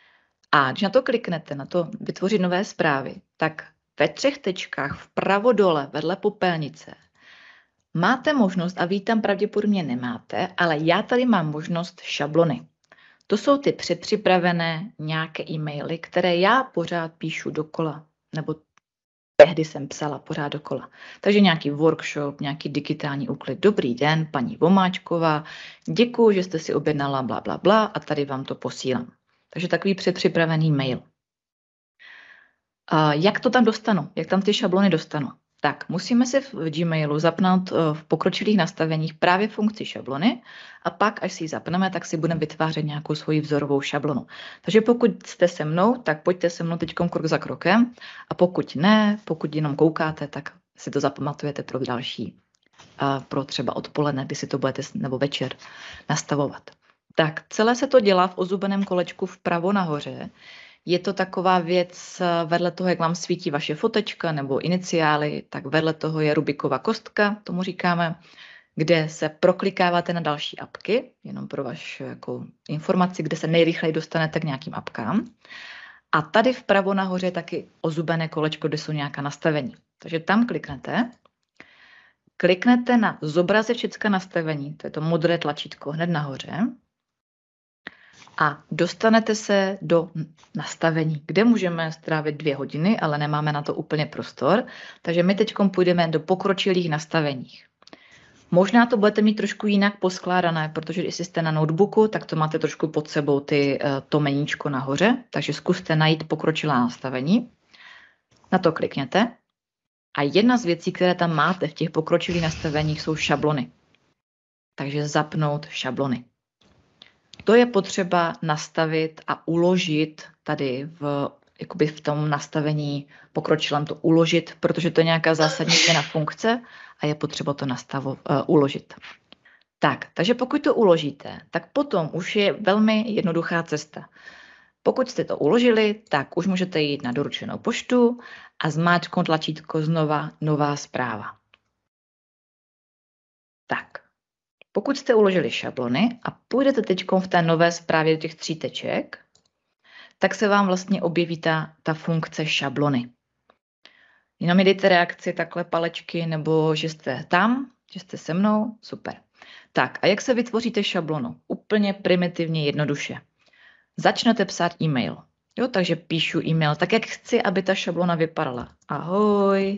A když na to kliknete, na to vytvořit nové zprávy, tak ve třech tečkách vpravo dole vedle popelnice máte možnost, a vy tam pravděpodobně nemáte, ale já tady mám možnost šablony. To jsou ty předpřipravené nějaké e-maily, které já pořád píšu dokola, nebo tehdy jsem psala pořád dokola. Takže nějaký workshop, nějaký digitální úklid. Dobrý den, paní Vomáčková, děkuji, že jste si objednala bla, bla, bla a tady vám to posílám. Takže takový předpřipravený mail. A jak to tam dostanu? Jak tam ty šablony dostanu? Tak, musíme si v Gmailu zapnout v pokročilých nastaveních právě funkci šablony a pak, až si ji zapneme, tak si budeme vytvářet nějakou svoji vzorovou šablonu. Takže pokud jste se mnou, tak pojďte se mnou teď krok za krokem a pokud ne, pokud jenom koukáte, tak si to zapamatujete pro další, a pro třeba odpoledne, kdy si to budete nebo večer nastavovat. Tak, celé se to dělá v ozubeném kolečku vpravo nahoře. Je to taková věc, vedle toho, jak vám svítí vaše fotečka nebo iniciály, tak vedle toho je Rubikova kostka, tomu říkáme, kde se proklikáváte na další apky, jenom pro vaši jako informaci, kde se nejrychleji dostanete k nějakým apkám. A tady vpravo nahoře je taky ozubené kolečko, kde jsou nějaká nastavení. Takže tam kliknete. Kliknete na zobrazit všechna nastavení, to je to modré tlačítko hned nahoře. A dostanete se do nastavení, kde můžeme strávit dvě hodiny, ale nemáme na to úplně prostor. Takže my teď půjdeme do pokročilých nastaveních. Možná to budete mít trošku jinak poskládané, protože když jste na notebooku, tak to máte trošku pod sebou ty, to meníčko nahoře. Takže zkuste najít pokročilá nastavení. Na to klikněte. A jedna z věcí, které tam máte v těch pokročilých nastaveních, jsou šablony. Takže zapnout šablony. To je potřeba nastavit a uložit tady v, jakoby v tom nastavení pokročilém to uložit, protože to je nějaká zásadní změna funkce a je potřeba to nastavo, uh, uložit. Tak, takže pokud to uložíte, tak potom už je velmi jednoduchá cesta. Pokud jste to uložili, tak už můžete jít na doručenou poštu a zmáčknout tlačítko znova nová zpráva. Tak. Pokud jste uložili šablony a půjdete teď v té nové zprávě do těch tří teček, tak se vám vlastně objeví ta, ta funkce šablony. Jenom mi dejte reakci takhle palečky, nebo že jste tam, Že jste se mnou? Super. Tak a jak se vytvoříte šablonu? Úplně primitivně, jednoduše. Začnete psát e-mail. Jo, takže píšu e-mail tak, jak chci, aby ta šablona vypadala. Ahoj,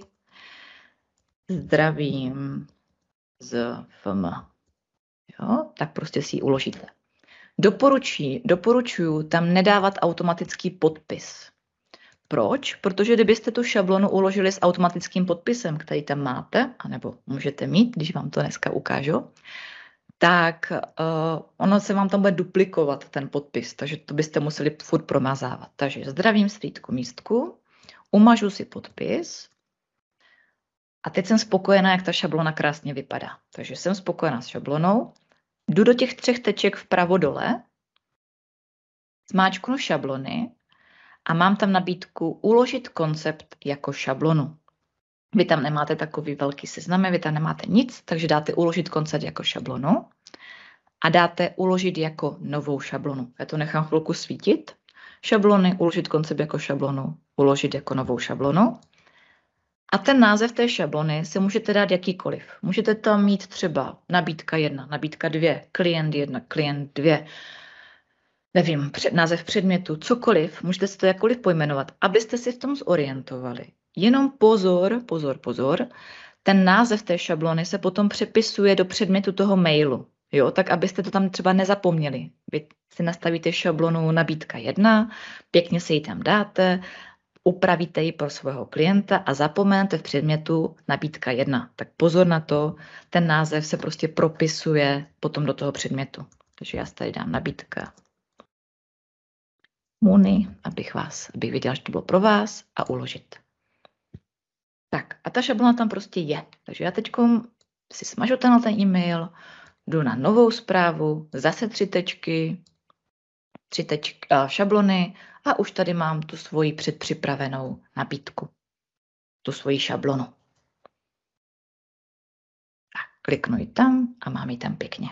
zdravím z F M. Jo, tak prostě si ji uložíte. Doporučuji, doporučuji tam nedávat automatický podpis. Proč? Protože kdybyste tu šablonu uložili s automatickým podpisem, který tam máte, anebo můžete mít, když vám to dneska ukážu, tak uh, ono se vám tam bude duplikovat ten podpis, takže to byste museli furt promazávat. Takže zdravím Svítku Místku, umažu si podpis a teď jsem spokojená, jak ta šablona krásně vypadá. Takže jsem spokojená s šablonou, jdu do těch třech teček vpravo dole, zmáčknu šablony a mám tam nabídku uložit koncept jako šablonu. Vy tam nemáte takový velký seznamy, vy tam nemáte nic, takže dáte uložit koncept jako šablonu a dáte uložit jako novou šablonu. Já to nechám chvilku svítit. Šablony, uložit koncept jako šablonu, uložit jako novou šablonu. A ten název té šablony si můžete dát jakýkoliv. Můžete tam mít třeba nabídka jedna, nabídka dvě, klient jedna, klient dvě, nevím, před, název předmětu, cokoliv, můžete si to jakkoliv pojmenovat, abyste si v tom zorientovali. Jenom pozor, pozor, pozor, ten název té šablony se potom přepisuje do předmětu toho mailu, jo, tak abyste to tam třeba nezapomněli. Vy si nastavíte šablonu nabídka jedna, pěkně si ji tam dáte, upravíte ji pro svého klienta a zapomenete v předmětu nabídka jedna. Tak pozor na to, ten název se prostě propisuje potom do toho předmětu. Takže já si tady dám nabídka Muny, abych vás, abych viděla, že to bylo pro vás a uložit. Tak a ta šablona tam prostě je. Takže já teď si smažu ten, ten e-mail, jdu na novou zprávu, zase tři tečky, tři tečky a šablony a už tady mám tu svoji předpřipravenou nabídku. Tu svoji šablonu. Tak, kliknu ji tam a mám ji tam pěkně.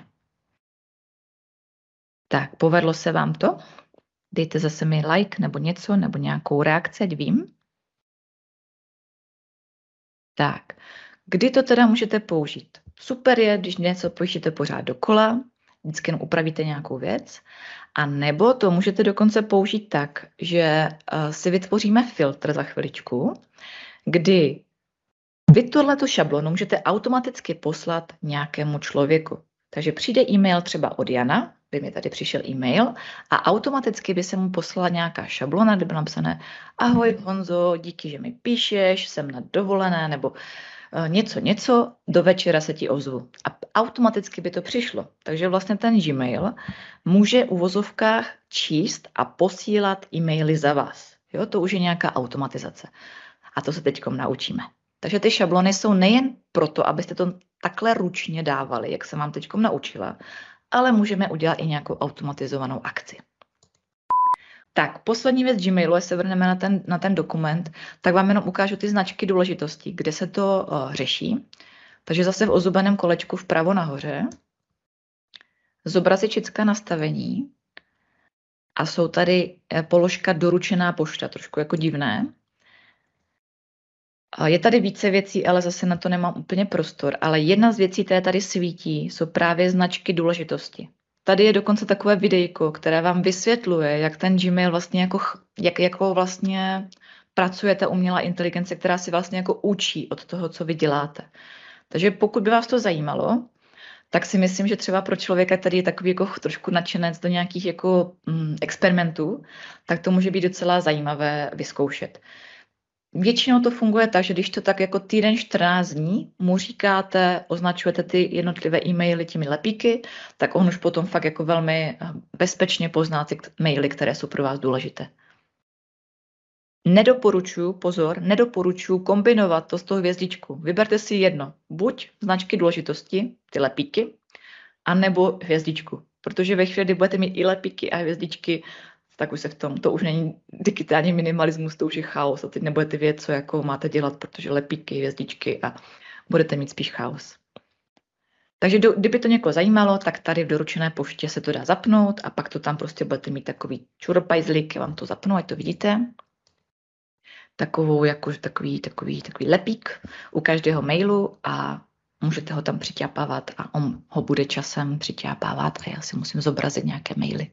Tak, povedlo se vám to? Dejte zase mi like nebo něco, nebo nějakou reakci, ať vím. Tak, kdy to teda můžete použít? Super je, když něco píšete pořád dokola, vždycky jenom upravíte nějakou věc, a nebo to můžete dokonce použít tak, že uh, si vytvoříme filtr za chviličku, kdy vy tuhletu šablonu můžete automaticky poslat nějakému člověku. Takže přijde e-mail třeba od Jana, by mi tady přišel e-mail a automaticky by se mu poslala nějaká šablona, kde bylo napsané ahoj Honzo, díky, že mi píšeš, jsem na dovolené, nebo uh, něco, něco, do večera se ti ozvu. A automaticky by to přišlo. Takže vlastně ten Gmail může u vozovkách číst a posílat e-maily za vás. Jo, to už je nějaká automatizace. A to se teďkom naučíme. Takže ty šablony jsou nejen proto, abyste to takhle ručně dávali, jak jsem vám teďkom naučila, ale můžeme udělat i nějakou automatizovanou akci. Tak, poslední věc Gmailu, až se vrhneme na ten, na ten dokument, tak vám jenom ukážu ty značky důležitosti, kde se to uh, řeší. Takže zase v ozubeném kolečku vpravo nahoře, zobrazičická nastavení a jsou tady položka doručená pošta, trošku jako divné. Je tady více věcí, ale zase na to nemám úplně prostor, ale jedna z věcí, které tady svítí, jsou právě značky důležitosti. Tady je dokonce takové videjko, které vám vysvětluje, jak ten Gmail vlastně jako, jak, jako vlastně pracuje ta umělá inteligence, která si vlastně jako učí od toho, co vy děláte. Takže pokud by vás to zajímalo, tak si myslím, že třeba pro člověka, který je takový jako trošku nadšenec do nějakých jako mm, experimentů, tak to může být docela zajímavé vyzkoušet. Většinou to funguje tak, že když to tak jako týden čtrnáct dní mu říkáte, označujete ty jednotlivé e-maily těmi lepíky, tak on už potom fakt jako velmi bezpečně pozná ty maily, které jsou pro vás důležité. Nedoporučuji, pozor, nedoporučuji kombinovat to s tou hvězdičkou. Vyberte si jedno, buď značky důležitosti, ty lepíky, anebo hvězdičku. Protože ve chvíli, kdy budete mít i lepíky a hvězdičky, tak už se v tom, to už není digitální minimalismus, to už je chaos a teď nebudete vědět, co jako máte dělat, protože lepíky, hvězdičky a budete mít spíš chaos. Takže do, kdyby to někoho zajímalo, tak tady v doručené poště se to dá zapnout a pak to tam prostě budete mít takový čuropajzlik, já vám to zapnu, ať to vidíte. Takovou, jako takový, takový, takový lepík u každého mailu a můžete ho tam přiťapávat a on ho bude časem přiťapávat a já si musím zobrazit nějaké maily.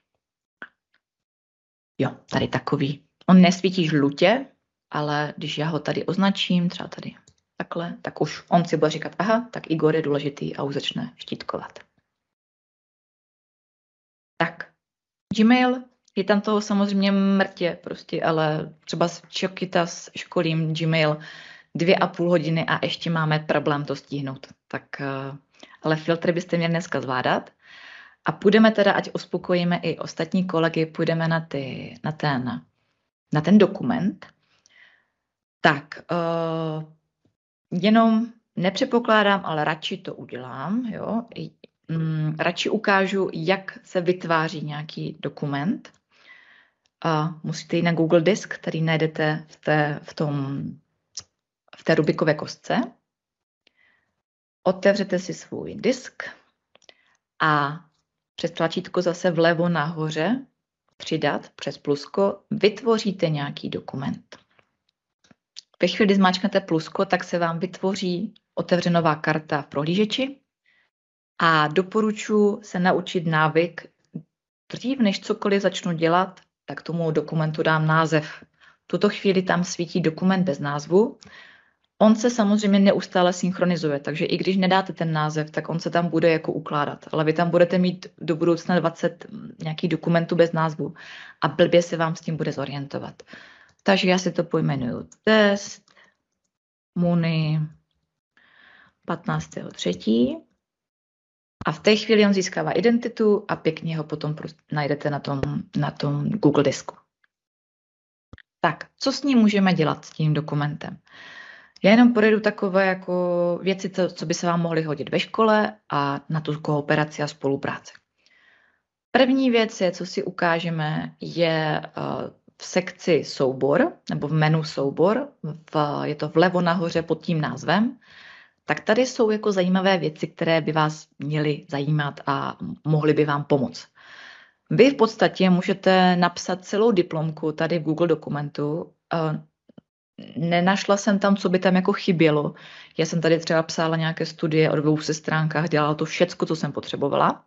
Jo, tady takový. On nesvítí žlutě, ale když já ho tady označím, třeba tady takhle, tak už on si bude říkat, aha, tak Igor je důležitý a už začne štítkovat. Tak, Gmail, je tam toho samozřejmě mrtě prostě, ale třeba z Čokytas školím Gmail dvě a půl hodiny a ještě máme problém to stihnout. Tak, ale filtry byste měli dneska zvládat. A půjdeme teda, ať uspokojíme i ostatní kolegy, půjdeme na, ty, na, ten, na ten dokument. Tak, uh, jenom nepředpokládám, ale radši to udělám. Jo? Um, radši ukážu, jak se vytváří nějaký dokument. Uh, musíte jít na Google Disk, který najdete v té, v tom, v té Rubikové kostce. Otevřete si svůj disk a přes tlačítko zase vlevo nahoře přidat přes plusko, vytvoříte nějaký dokument. Ve chvíli, kdy zmáčknete plusko, tak se vám vytvoří otevřenová karta v prohlížeči a doporučuji se naučit návyk. Dřív, než cokoliv začnu dělat, tak tomu dokumentu dám název. V tuto chvíli tam svítí dokument bez názvu. On se samozřejmě neustále synchronizuje, takže i když nedáte ten název, tak on se tam bude jako ukládat. Ale vy tam budete mít do budoucna dvacet nějakých dokumentů bez názvu a blbě se vám s tím bude zorientovat. Takže já si to pojmenuju test Muni patnáctého třetího a v té chvíli on získává identitu a pěkně ho potom najdete na tom, na tom Google disku. Tak, co s ním můžeme dělat s tím dokumentem? Já jenom projdu takové jako věci, co by se vám mohly hodit ve škole a na tu kooperaci a spolupráci. První věc je, co si ukážeme, je v sekci soubor, nebo v menu soubor, v, je to vlevo nahoře pod tím názvem, tak tady jsou jako zajímavé věci, které by vás měly zajímat a mohly by vám pomoct. Vy v podstatě můžete napsat celou diplomku tady v Google dokumentu. Nenašla jsem tam, co by tam jako chybělo. Já jsem tady třeba psala nějaké studie o dvou se stránkách, dělala to všecko, co jsem potřebovala.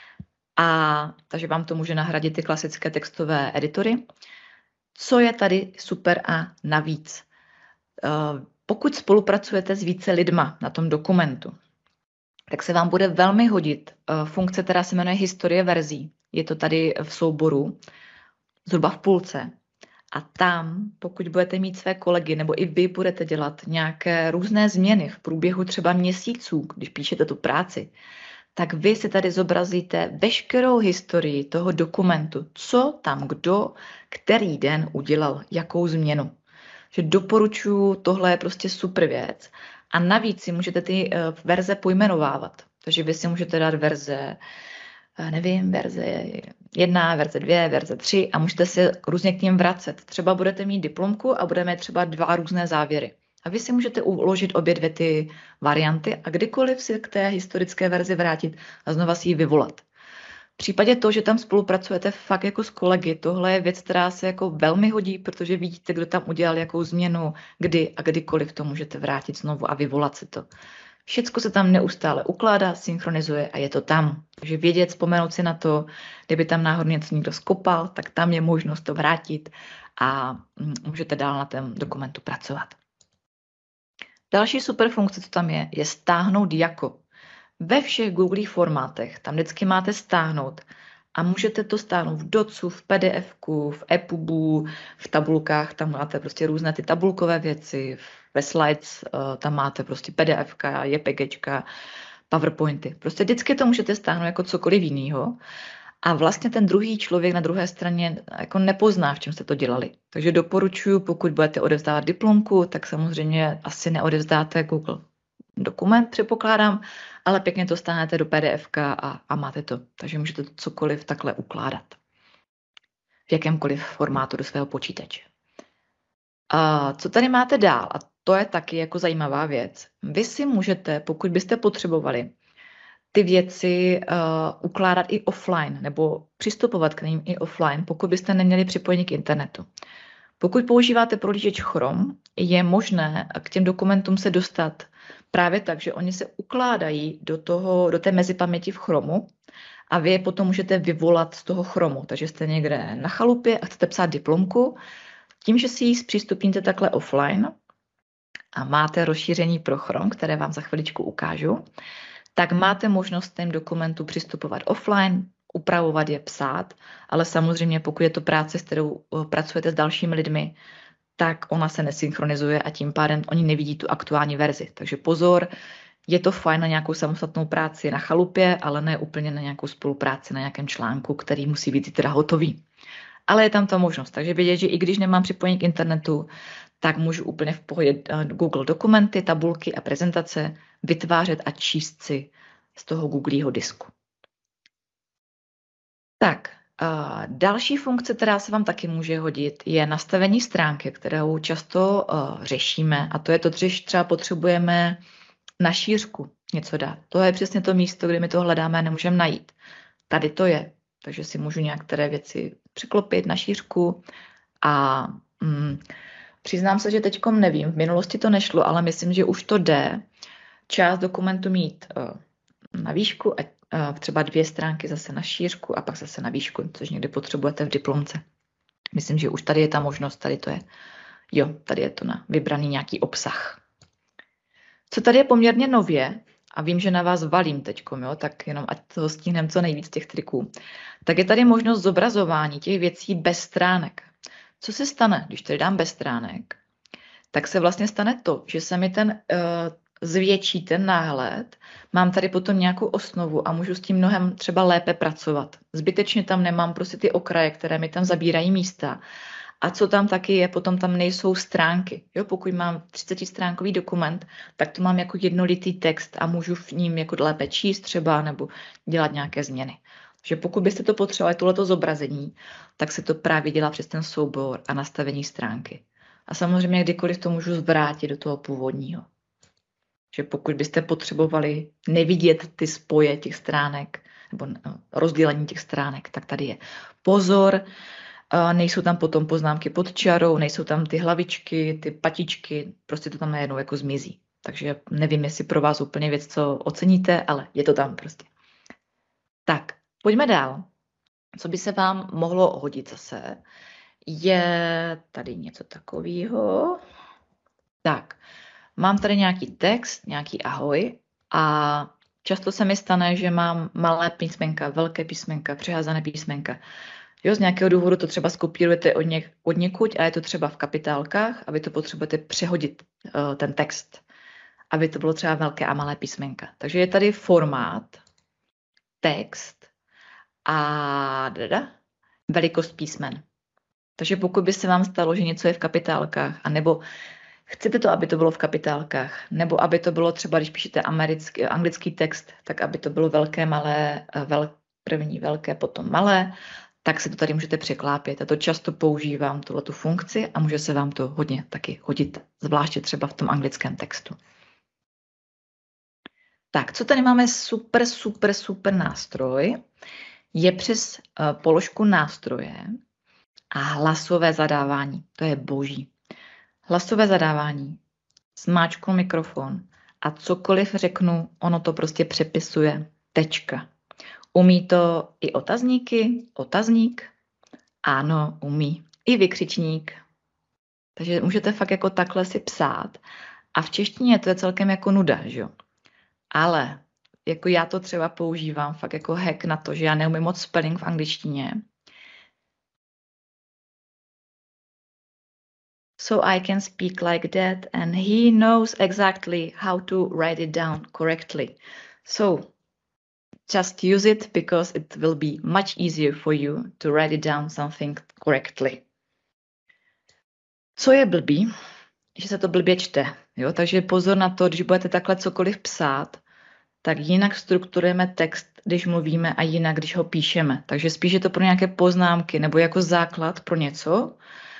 A takže vám to může nahradit ty klasické textové editory. Co je tady super a navíc? Pokud spolupracujete s více lidma na tom dokumentu, tak se vám bude velmi hodit funkce, která se jmenuje historie verzí. Je to tady v souboru, zhruba v půlce. A tam, pokud budete mít své kolegy, nebo i vy budete dělat nějaké různé změny v průběhu třeba měsíců, když píšete tu práci, tak vy si tady zobrazíte veškerou historii toho dokumentu, co tam kdo, který den udělal, jakou změnu. Že doporučuji, tohle je prostě super věc. A navíc si můžete ty verze pojmenovávat. Takže vy si můžete dát verze, nevím, verze jedna, verze dvě, verze tři a můžete se různě k ním vracet. Třeba budete mít diplomku a budeme třeba dva různé závěry. A vy si můžete uložit obě dvě ty varianty a kdykoliv si k té historické verzi vrátit a znova si ji vyvolat. V případě toho, že tam spolupracujete fakt jako s kolegy, tohle je věc, která se jako velmi hodí, protože vidíte, kdo tam udělal jakou změnu, kdy a kdykoliv to můžete vrátit znovu a vyvolat si to. Všecko se tam neustále ukládá, synchronizuje a je to tam. Takže vědět, vzpomenout si na to, kdyby tam náhodně něco někdo skopal, tak tam je možnost to vrátit a můžete dál na tom dokumentu pracovat. Další super funkce, co tam je, je stáhnout jako. Ve všech Google formátech tam vždycky máte stáhnout a můžete to stáhnout v docu, v P D F ku, v ePubu, v tabulkách, tam máte prostě různé ty tabulkové věci, ve slides tam máte prostě P D F ka, JPEGčka, PowerPointy. Prostě vždycky to můžete stáhnout jako cokoliv jiného. A vlastně ten druhý člověk na druhé straně jako nepozná, v čem jste to dělali. Takže doporučuji, pokud budete odevzdávat diplomku, tak samozřejmě asi neodevzdáte Google dokument, předpokládám, ale pěkně to stáhnete do P D F ka a, a máte to. Takže můžete to cokoliv takhle ukládat. V jakémkoliv formátu do svého počítače. A co tady máte dál? A to je taky jako zajímavá věc. Vy si můžete, pokud byste potřebovali, ty věci uh, ukládat i offline nebo přistupovat k nim i offline, pokud byste neměli připojení k internetu. Pokud používáte prohlížeč Chrome, je možné k těm dokumentům se dostat právě tak, že oni se ukládají do, toho, do té mezipaměti v Chromu a vy je potom můžete vyvolat z toho Chromu. Takže jste někde na chalupě a chcete psát diplomku. Tím, že si ji zpřístupníte takhle offline a máte rozšíření pro Chrome, které vám za chviličku ukážu, tak máte možnost těm dokumentu přistupovat offline, upravovat je, psát, ale samozřejmě pokud je to práce, s kterou pracujete s dalšími lidmi, tak ona se nesynchronizuje a tím pádem oni nevidí tu aktuální verzi. Takže pozor, je to fajn na nějakou samostatnou práci na chalupě, ale ne úplně na nějakou spolupráci na nějakém článku, který musí být teda hotový. Ale je tam ta možnost, takže vědět, že i když nemám připojení k internetu, tak můžu úplně v pohodě Google dokumenty, tabulky a prezentace vytvářet a číst si z toho Googleho disku. Tak, a další funkce, která se vám taky může hodit, je nastavení stránky, kterou často uh, řešíme, a to je to, že třeba potřebujeme na šířku něco dát. To je přesně to místo, kde my to hledáme a nemůžeme najít. Tady to je, takže si můžu některé věci přiklopit na šířku a mm, přiznám se, že teďkom nevím, v minulosti to nešlo, ale myslím, že už to jde. Část dokumentu mít uh, na výšku a uh, třeba dvě stránky zase na šířku a pak zase na výšku, což někdy potřebujete v diplomce. Myslím, že už tady je ta možnost, tady to je, jo, tady je to na vybraný nějaký obsah. Co tady je poměrně nově, a vím, že na vás valím teďkom, jo, tak jenom ať toho stihneme co nejvíc těch triků, tak je tady možnost zobrazování těch věcí bez stránek. Co se stane, když tady dám bez stránek, tak se vlastně stane to, že se mi ten uh, zvětší ten náhled, mám tady potom nějakou osnovu a můžu s tím mnohem třeba lépe pracovat. Zbytečně tam nemám prostě ty okraje, které mi tam zabírají místa. A co tam taky je, potom tam nejsou stránky. Jo, pokud mám třicetistránkový dokument, tak to mám jako jednolitý text a můžu v ním jako lépe číst třeba nebo dělat nějaké změny. Takže pokud byste to potřebovali, tohleto zobrazení, tak se to právě dělá přes ten soubor a nastavení stránky. A samozřejmě kdykoliv to můžu zvrátit do toho původního. Že pokud byste potřebovali nevidět ty spoje těch stránek nebo rozdělení těch stránek, tak tady je. Pozor, nejsou tam potom poznámky pod čarou, nejsou tam ty hlavičky, ty patičky, prostě to tam najednou jako zmizí. Takže nevím, jestli pro vás úplně věc, co oceníte, ale je to tam prostě. Tak, pojďme dál. Co by se vám mohlo hodit zase, je tady něco takového. Tak, mám tady nějaký text, nějaký ahoj a často se mi stane, že mám malé písmenka, velké písmenka, přeházané písmenka. Jo, z nějakého důvodu to třeba skopírujete od, něk, od někud a je to třeba v kapitálkách a vy to potřebujete přehodit uh, ten text, aby to bylo třeba velké a malé písmenka. Takže je tady formát, text a dada, velikost písmen. Takže pokud by se vám stalo, že něco je v kapitálkách, anebo chcete to, aby to bylo v kapitálkách, nebo aby to bylo třeba, když píšete americký, anglický text, tak aby to bylo velké, malé, vel, první velké, potom malé, tak se to tady můžete překlápět. A to často používám tuhletu funkci a může se vám to hodně taky hodit, zvláště třeba v tom anglickém textu. Tak, co tady máme super, super, super nástroj, je přes uh, položku nástroje a hlasové zadávání. To je boží. Hlasové zadávání, zmáčknu mikrofon a cokoliv řeknu, ono to prostě přepisuje. Tečka. Umí to i otazníky, otazník? Ano, umí. I vykřičník. Takže můžete fakt jako takhle si psát. A v češtině to je celkem jako nuda, že jo? Ale jako já to třeba používám fakt jako hack na to, že já neumím moc spelling v angličtině. So I can speak like that and he knows exactly how to write it down correctly. So just use it because it will be much easier for you to write it down something correctly. Co je blbý, že se to blbě čte. Jo? Takže pozor na to, když budete takhle cokoliv psát, tak jinak strukturujeme text, když mluvíme a jinak, když ho píšeme. Takže spíš je to pro nějaké poznámky nebo jako základ pro něco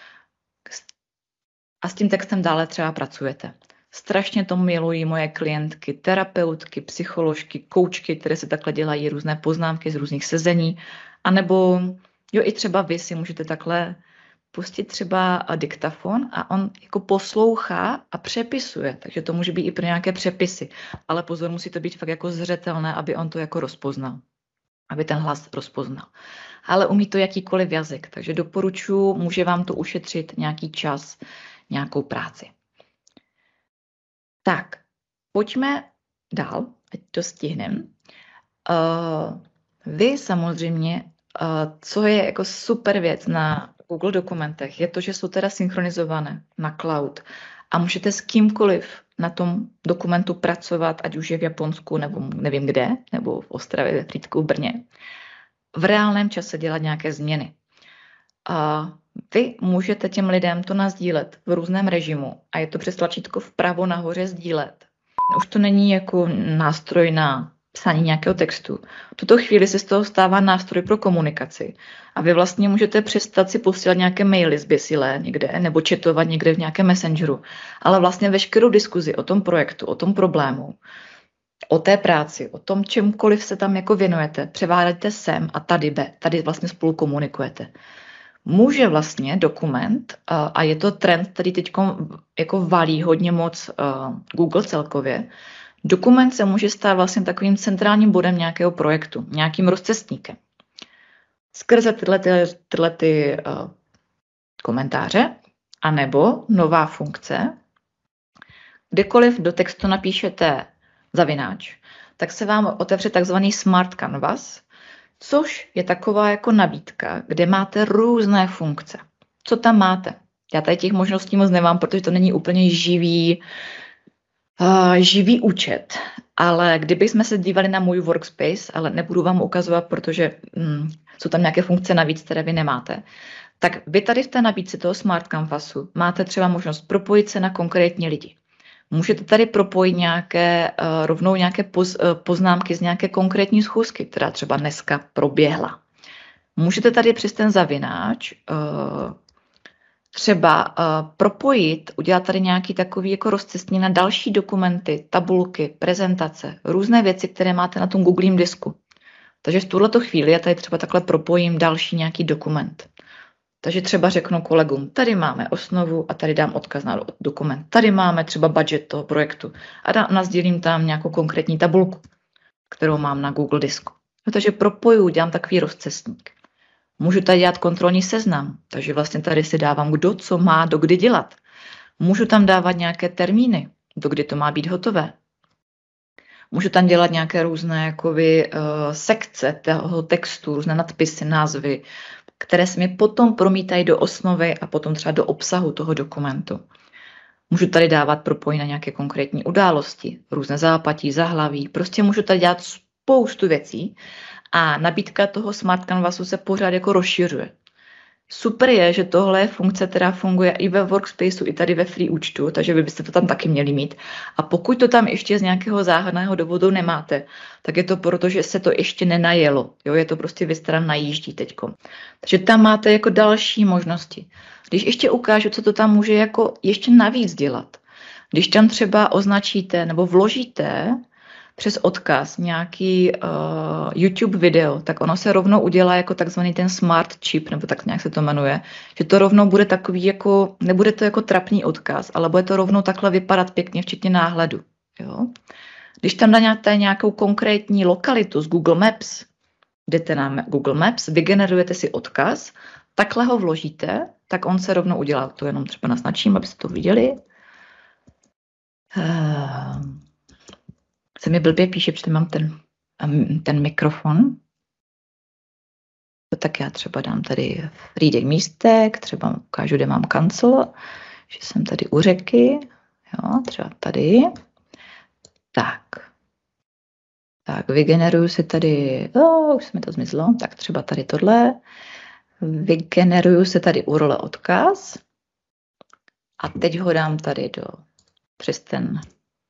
a s tím textem dále třeba pracujete. Strašně to milují moje klientky, terapeutky, psycholožky, koučky, které se takhle dělají různé poznámky z různých sezení. A nebo jo, i třeba vy si můžete takhle pustit třeba diktafon a on jako poslouchá a přepisuje, takže to může být i pro nějaké přepisy, ale pozor, musí to být fakt jako zřetelné, aby on to jako rozpoznal, aby ten hlas rozpoznal. Ale umí to jakýkoliv jazyk, takže doporučuji, může vám to ušetřit nějaký čas, nějakou práci. Tak, pojďme dál, ať to stihneme. Uh, vy samozřejmě, uh, co je jako super věc na Google dokumentech, je to, že jsou teda synchronizované na cloud a můžete s kýmkoliv na tom dokumentu pracovat, ať už je v Japonsku nebo nevím kde, nebo v Ostravě, ve Frýdku, v Brně. V reálném čase dělat nějaké změny. A vy můžete těm lidem to nasdílet v různém režimu a je to přes tlačítko vpravo nahoře sdílet. Už to není jako nástroj na psání nějakého textu. V tuto chvíli se z toho stává nástroj pro komunikaci. A vy vlastně můžete přestat si posílat nějaké maily zběsilé někde nebo četovat někde v nějakém messengeru. Ale vlastně veškerou diskuzi o tom projektu, o tom problému, o té práci, o tom čemkoliv se tam jako věnujete, převáděte sem a tady be, tady vlastně spolu komunikujete. Může vlastně dokument, a je to trend, který teď jako valí hodně moc Google celkově, dokument se může stát vlastně takovým centrálním bodem nějakého projektu, nějakým rozcestníkem. Skrze tyhle, tyhle, tyhle ty, uh, komentáře, anebo nová funkce, kdekoliv do textu napíšete zavináč, tak se vám otevře takzvaný Smart Canvas, což je taková jako nabídka, kde máte různé funkce. Co tam máte? Já tady těch možností moc nemám, protože to není úplně živý, uh, živý účet. Ale kdybychom se dívali na můj workspace, ale nebudu vám ukazovat, protože hm, jsou tam nějaké funkce navíc, které vy nemáte, tak vy tady v té nabídce toho Smart Canvasu máte třeba možnost propojit se na konkrétní lidi. Můžete tady propojit nějaké, uh, rovnou nějaké poz, uh, poznámky z nějaké konkrétní schůzky, která třeba dneska proběhla. Můžete tady přes ten zavináč uh, třeba uh, propojit, udělat tady nějaký takový jako rozcestní na další dokumenty, tabulky, prezentace, různé věci, které máte na tom Googlím disku. Takže v tuhleto chvíli já tady třeba takhle propojím další nějaký dokument. Takže třeba řeknu kolegům, tady máme osnovu a tady dám odkaz na dokument. Tady máme třeba budget toho projektu a dá, nasdílím tam nějakou konkrétní tabulku, kterou mám na Google disku. No, takže propoju, dělám takový rozcestník. Můžu tady dělat kontrolní seznam, takže vlastně tady si dávám, kdo co má do kdy dělat. Můžu tam dávat nějaké termíny, do kdy to má být hotové. Můžu tam dělat nějaké různé jakoby, uh, sekce toho textu, různé nadpisy, názvy, které se mi potom promítají do osnovy a potom třeba do obsahu toho dokumentu. Můžu tady dávat propojení na nějaké konkrétní události, různé zápatí, zahlaví. Prostě můžu tady dělat spoustu věcí a nabídka toho Smart Canvasu se pořád jako rozšiřuje. Super je, že tohle je funkce, která funguje i ve Workspaceu, i tady ve free účtu, takže vy byste to tam taky měli mít. A pokud to tam ještě z nějakého záhadného důvodu nemáte, tak je to proto, že se to ještě nenajelo. Jo, je to prostě vystran najíždí teďko. Takže tam máte jako další možnosti. Když ještě ukážu, co to tam může jako ještě navíc dělat. Když tam třeba označíte nebo vložíte přes odkaz nějaký uh, YouTube video, tak ono se rovnou udělá jako takzvaný ten smart chip, nebo tak nějak se to jmenuje, že to rovnou bude takový jako, nebude to jako trapný odkaz, ale bude to rovnou takhle vypadat pěkně, včetně náhledu. Jo? Když tam dáte nějakou konkrétní lokalitu z Google Maps, jdete na Google Maps, vygenerujete si odkaz, takhle ho vložíte, tak on se rovnou udělá. To jenom třeba naznačím, abyste to viděli. Uh, se mi blbě píše, protože mám ten, ten mikrofon. Tak já třeba dám tady reading místek, třeba ukážu, kde mám kancel, že jsem tady u řeky, jo, třeba tady. Tak. Tak, vygeneruju si tady, oh, už mi to zmizlo, tak třeba tady tohle. Vygeneruju se tady U R L odkaz a teď ho dám tady do, přes ten,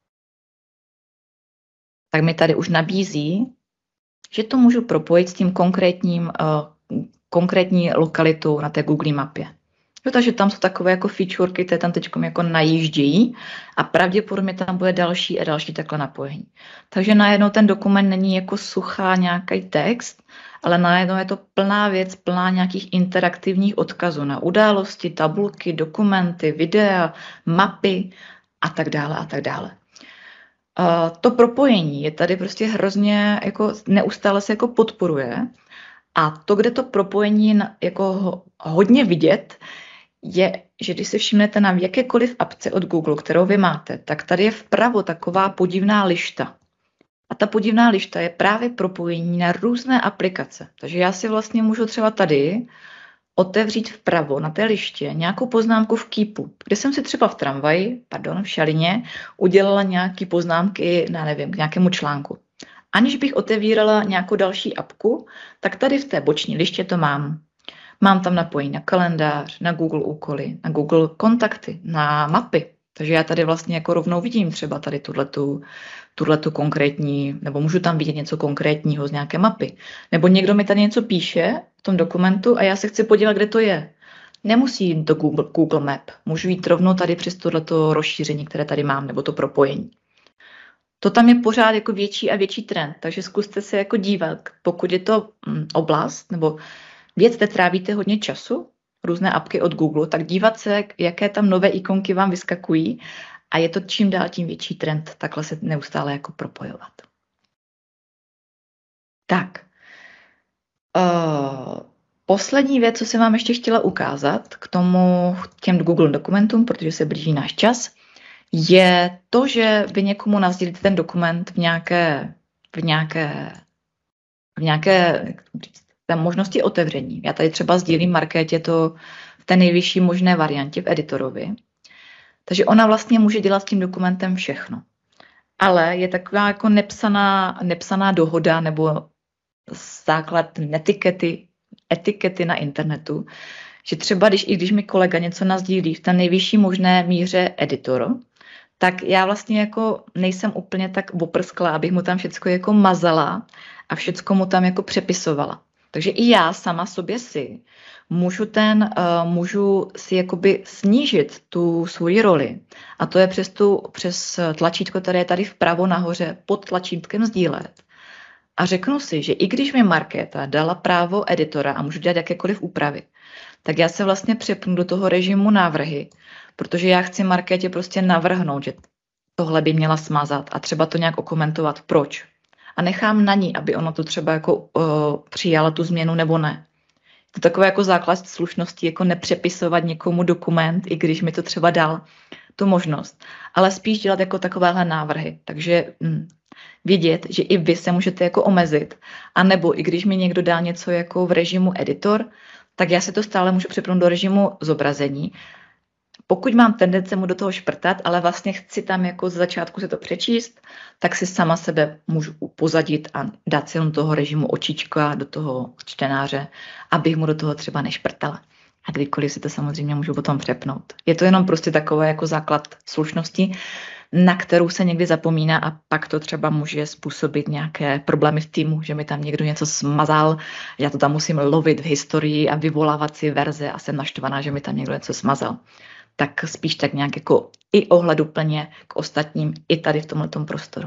tak mi tady už nabízí, že to můžu propojit s tím konkrétním, uh, konkrétní lokalitou na té Google mapě. Jo, takže tam jsou takové jako featureky, které tam teď jako najíždějí a pravděpodobně tam bude další a další takhle napojení. Takže najednou ten dokument není jako suchá nějaký text, ale najednou je to plná věc, plná nějakých interaktivních odkazů na události, tabulky, dokumenty, videa, mapy a tak dále a tak dále. Uh, to propojení je tady prostě hrozně, jako neustále se jako podporuje a to, kde to propojení je jako hodně vidět, je, že když si všimnete na jakékoliv apce od Google, kterou vy máte, tak tady je vpravo taková podivná lišta. A ta podivná lišta je právě propojení na různé aplikace. Takže já si vlastně můžu třeba tady otevřít vpravo na té liště nějakou poznámku v Keepu, kde jsem si třeba v tramvaji, pardon, v šalině, udělala nějaké poznámky, na nevím, k nějakému článku. Aniž bych otevírala nějakou další apku, tak tady v té boční liště to mám. Mám tam napojení na kalendář, na Google úkoly, na Google kontakty, na mapy. Takže já tady vlastně jako rovnou vidím třeba tady tuhletu, tuhletu konkrétní, nebo můžu tam vidět něco konkrétního z nějaké mapy. Nebo někdo mi tady něco píše v tom dokumentu a já se chci podívat, kde to je. Nemusí jít do Google, Google Map. Můžu jít rovnou tady přes tohleto rozšíření, které tady mám, nebo to propojení. To tam je pořád jako větší a větší trend, takže zkuste se jako dívat, pokud je to mm, oblast, nebo věc, kde trávíte hodně času, různé apky od Google, tak dívat se, jaké tam nové ikonky vám vyskakují a je to čím dál tím větší trend, takhle se neustále jako propojovat. Tak. Uh, poslední věc, co jsem vám ještě chtěla ukázat k tomu, těm Google dokumentům, protože se blíží náš čas, je to, že vy někomu nasdílíte ten dokument v nějaké, v nějaké, v nějaké té možnosti otevření. Já tady třeba sdílím Markétě to v té nejvyšší možné variantě v editorovi. Takže ona vlastně může dělat s tím dokumentem všechno. Ale je taková jako nepsaná, nepsaná dohoda nebo základ etikety, etikety na internetu, že třeba když, i když mi kolega něco nasdílí v té nejvyšší možné míře editor, tak já vlastně jako nejsem úplně tak oprsklá, abych mu tam všecko jako mazala a všecko mu tam jako přepisovala. Takže i já sama sobě si můžu, ten, uh, můžu si jakoby snížit tu svoji roli. A to je přes, tu, přes tlačítko, které je tady vpravo nahoře pod tlačítkem sdílet. A řeknu si, že i když mi Markéta dala právo editora a můžu dělat jakékoliv úpravy, tak já se vlastně přepnu do toho režimu návrhy, protože já chci Markétě prostě navrhnout, že tohle by měla smazat a třeba to nějak okomentovat, proč. A nechám na ní, aby ono to třeba jako uh, přijala tu změnu nebo ne. To takové jako základ slušnosti, jako nepřepisovat někomu dokument, i když mi to třeba dal tu možnost. Ale spíš dělat jako takovéhle návrhy. Takže hm, vědět, že i vy se můžete jako omezit. A nebo i když mi někdo dá něco jako v režimu editor, tak já si to stále můžu přepnout do režimu zobrazení. Pokud mám tendence mu do toho šprtat, ale vlastně chci tam jako z začátku se to přečíst, tak si sama sebe můžu upozadit a dát si jenom toho režimu očička do toho čtenáře, abych mu do toho třeba nešprtala. A kdykoliv si to samozřejmě můžu potom přepnout. Je to jenom prostě takové jako základ slušnosti, na kterou se někdy zapomíná a pak to třeba může způsobit nějaké problémy v týmu, že mi tam někdo něco smazal, já to tam musím lovit v historii a vyvolávat si verze a jsem naštvaná, že mi tam někdo něco smazal. Tak spíš tak nějak jako i ohleduplně k ostatním, i tady v tomhletom prostoru.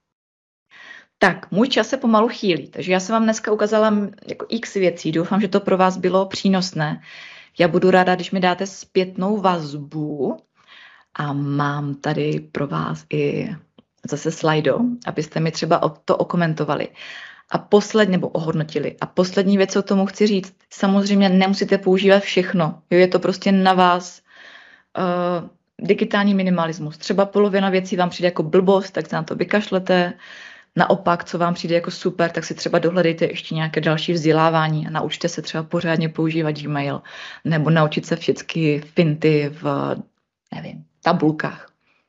Tak, můj čas se pomalu chýlí, takže já jsem vám dneska ukázala jako x věcí, doufám, že to pro vás bylo přínosné. Já budu ráda, když mi dáte zpětnou vazbu a mám tady pro vás i zase slajdo, abyste mi třeba to okomentovali. A poslední, nebo ohodnotili. A poslední věc, co tomu chci říct, samozřejmě nemusíte používat všechno, jo, je to prostě na vás. Uh, digitální minimalismus. Třeba polovina věcí vám přijde jako blbost, tak se na to vykašlete. Naopak, co vám přijde jako super, tak si třeba dohledejte ještě nějaké další vzdělávání a naučte se třeba pořádně používat Gmail nebo naučit se všechny finty v, nevím, tabulkách.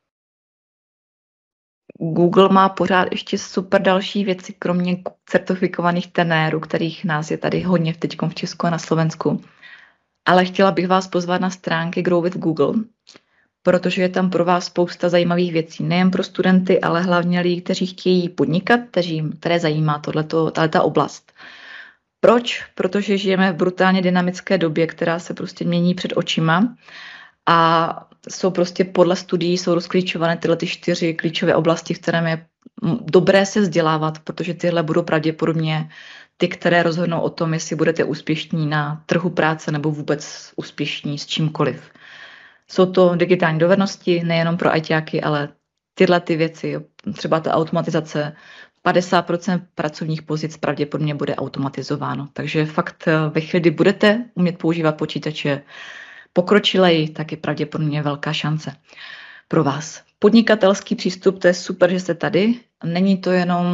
Google má pořád ještě super další věci, kromě certifikovaných trenérů, kterých nás je tady hodně teďkom v Česku a na Slovensku. Ale chtěla bych vás pozvat na stránky Grow with Google, protože je tam pro vás spousta zajímavých věcí. Nejen pro studenty, ale hlavně lidi, kteří chtějí podnikat, kteří, které zajímá tato oblast. Proč? Protože žijeme v brutálně dynamické době, která se prostě mění před očima a jsou prostě podle studií jsou rozklíčované tyhle ty čtyři klíčové oblasti, v kterém je dobré se vzdělávat, protože tyhle budou pravděpodobně ty, které rozhodnou o tom, jestli budete úspěšní na trhu práce nebo vůbec úspěšní s čímkoliv. Jsou to digitální dovednosti, nejenom pro ajťáky, ale tyhle ty věci, třeba ta automatizace, padesát procent pracovních pozic pravděpodobně bude automatizováno. Takže fakt ve chvíli, kdy budete umět používat počítače pokročileji, tak je pravděpodobně velká šance pro vás. Podnikatelský přístup, to je super, že jste tady. Není to jenom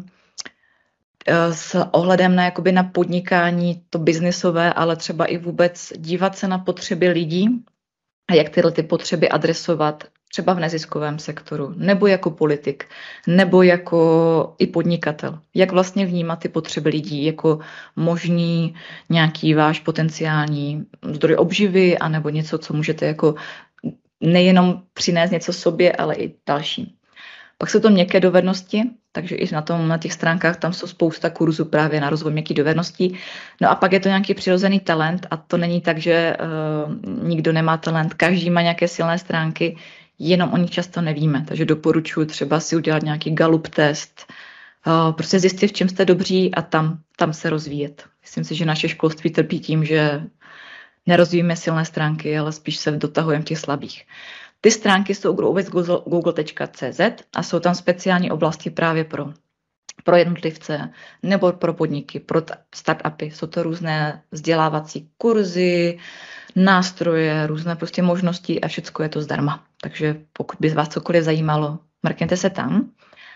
s ohledem na, jakoby na podnikání, to biznisové, ale třeba i vůbec dívat se na potřeby lidí a jak tyhle ty potřeby adresovat třeba v neziskovém sektoru, nebo jako politik, nebo jako i podnikatel. Jak vlastně vnímat ty potřeby lidí jako možný nějaký váš potenciální zdroj obživy, anebo něco, co můžete jako nejenom přinést něco sobě, ale i dalším. Pak jsou to měkké dovednosti, takže i na, tom, na těch stránkách tam jsou spousta kurzů právě na rozvoj měkkých dovedností. No a pak je to nějaký přirozený talent a to není tak, že uh, nikdo nemá talent, každý má nějaké silné stránky, jenom o nich často nevíme. Takže doporučuji třeba si udělat nějaký Gallup test, uh, prostě zjistit, v čem jste dobří a tam, tam se rozvíjet. Myslím si, že naše školství trpí tím, že nerozvíjíme silné stránky, ale spíš se dotahujeme těch slabých. Ty stránky jsou vůbec google tečka cé zet a jsou tam speciální oblasti právě pro, pro jednotlivce nebo pro podniky, pro startupy. Jsou to různé vzdělávací kurzy, nástroje, různé prostě možnosti a všechno je to zdarma. Takže pokud by vás cokoliv zajímalo, mrkněte se tam.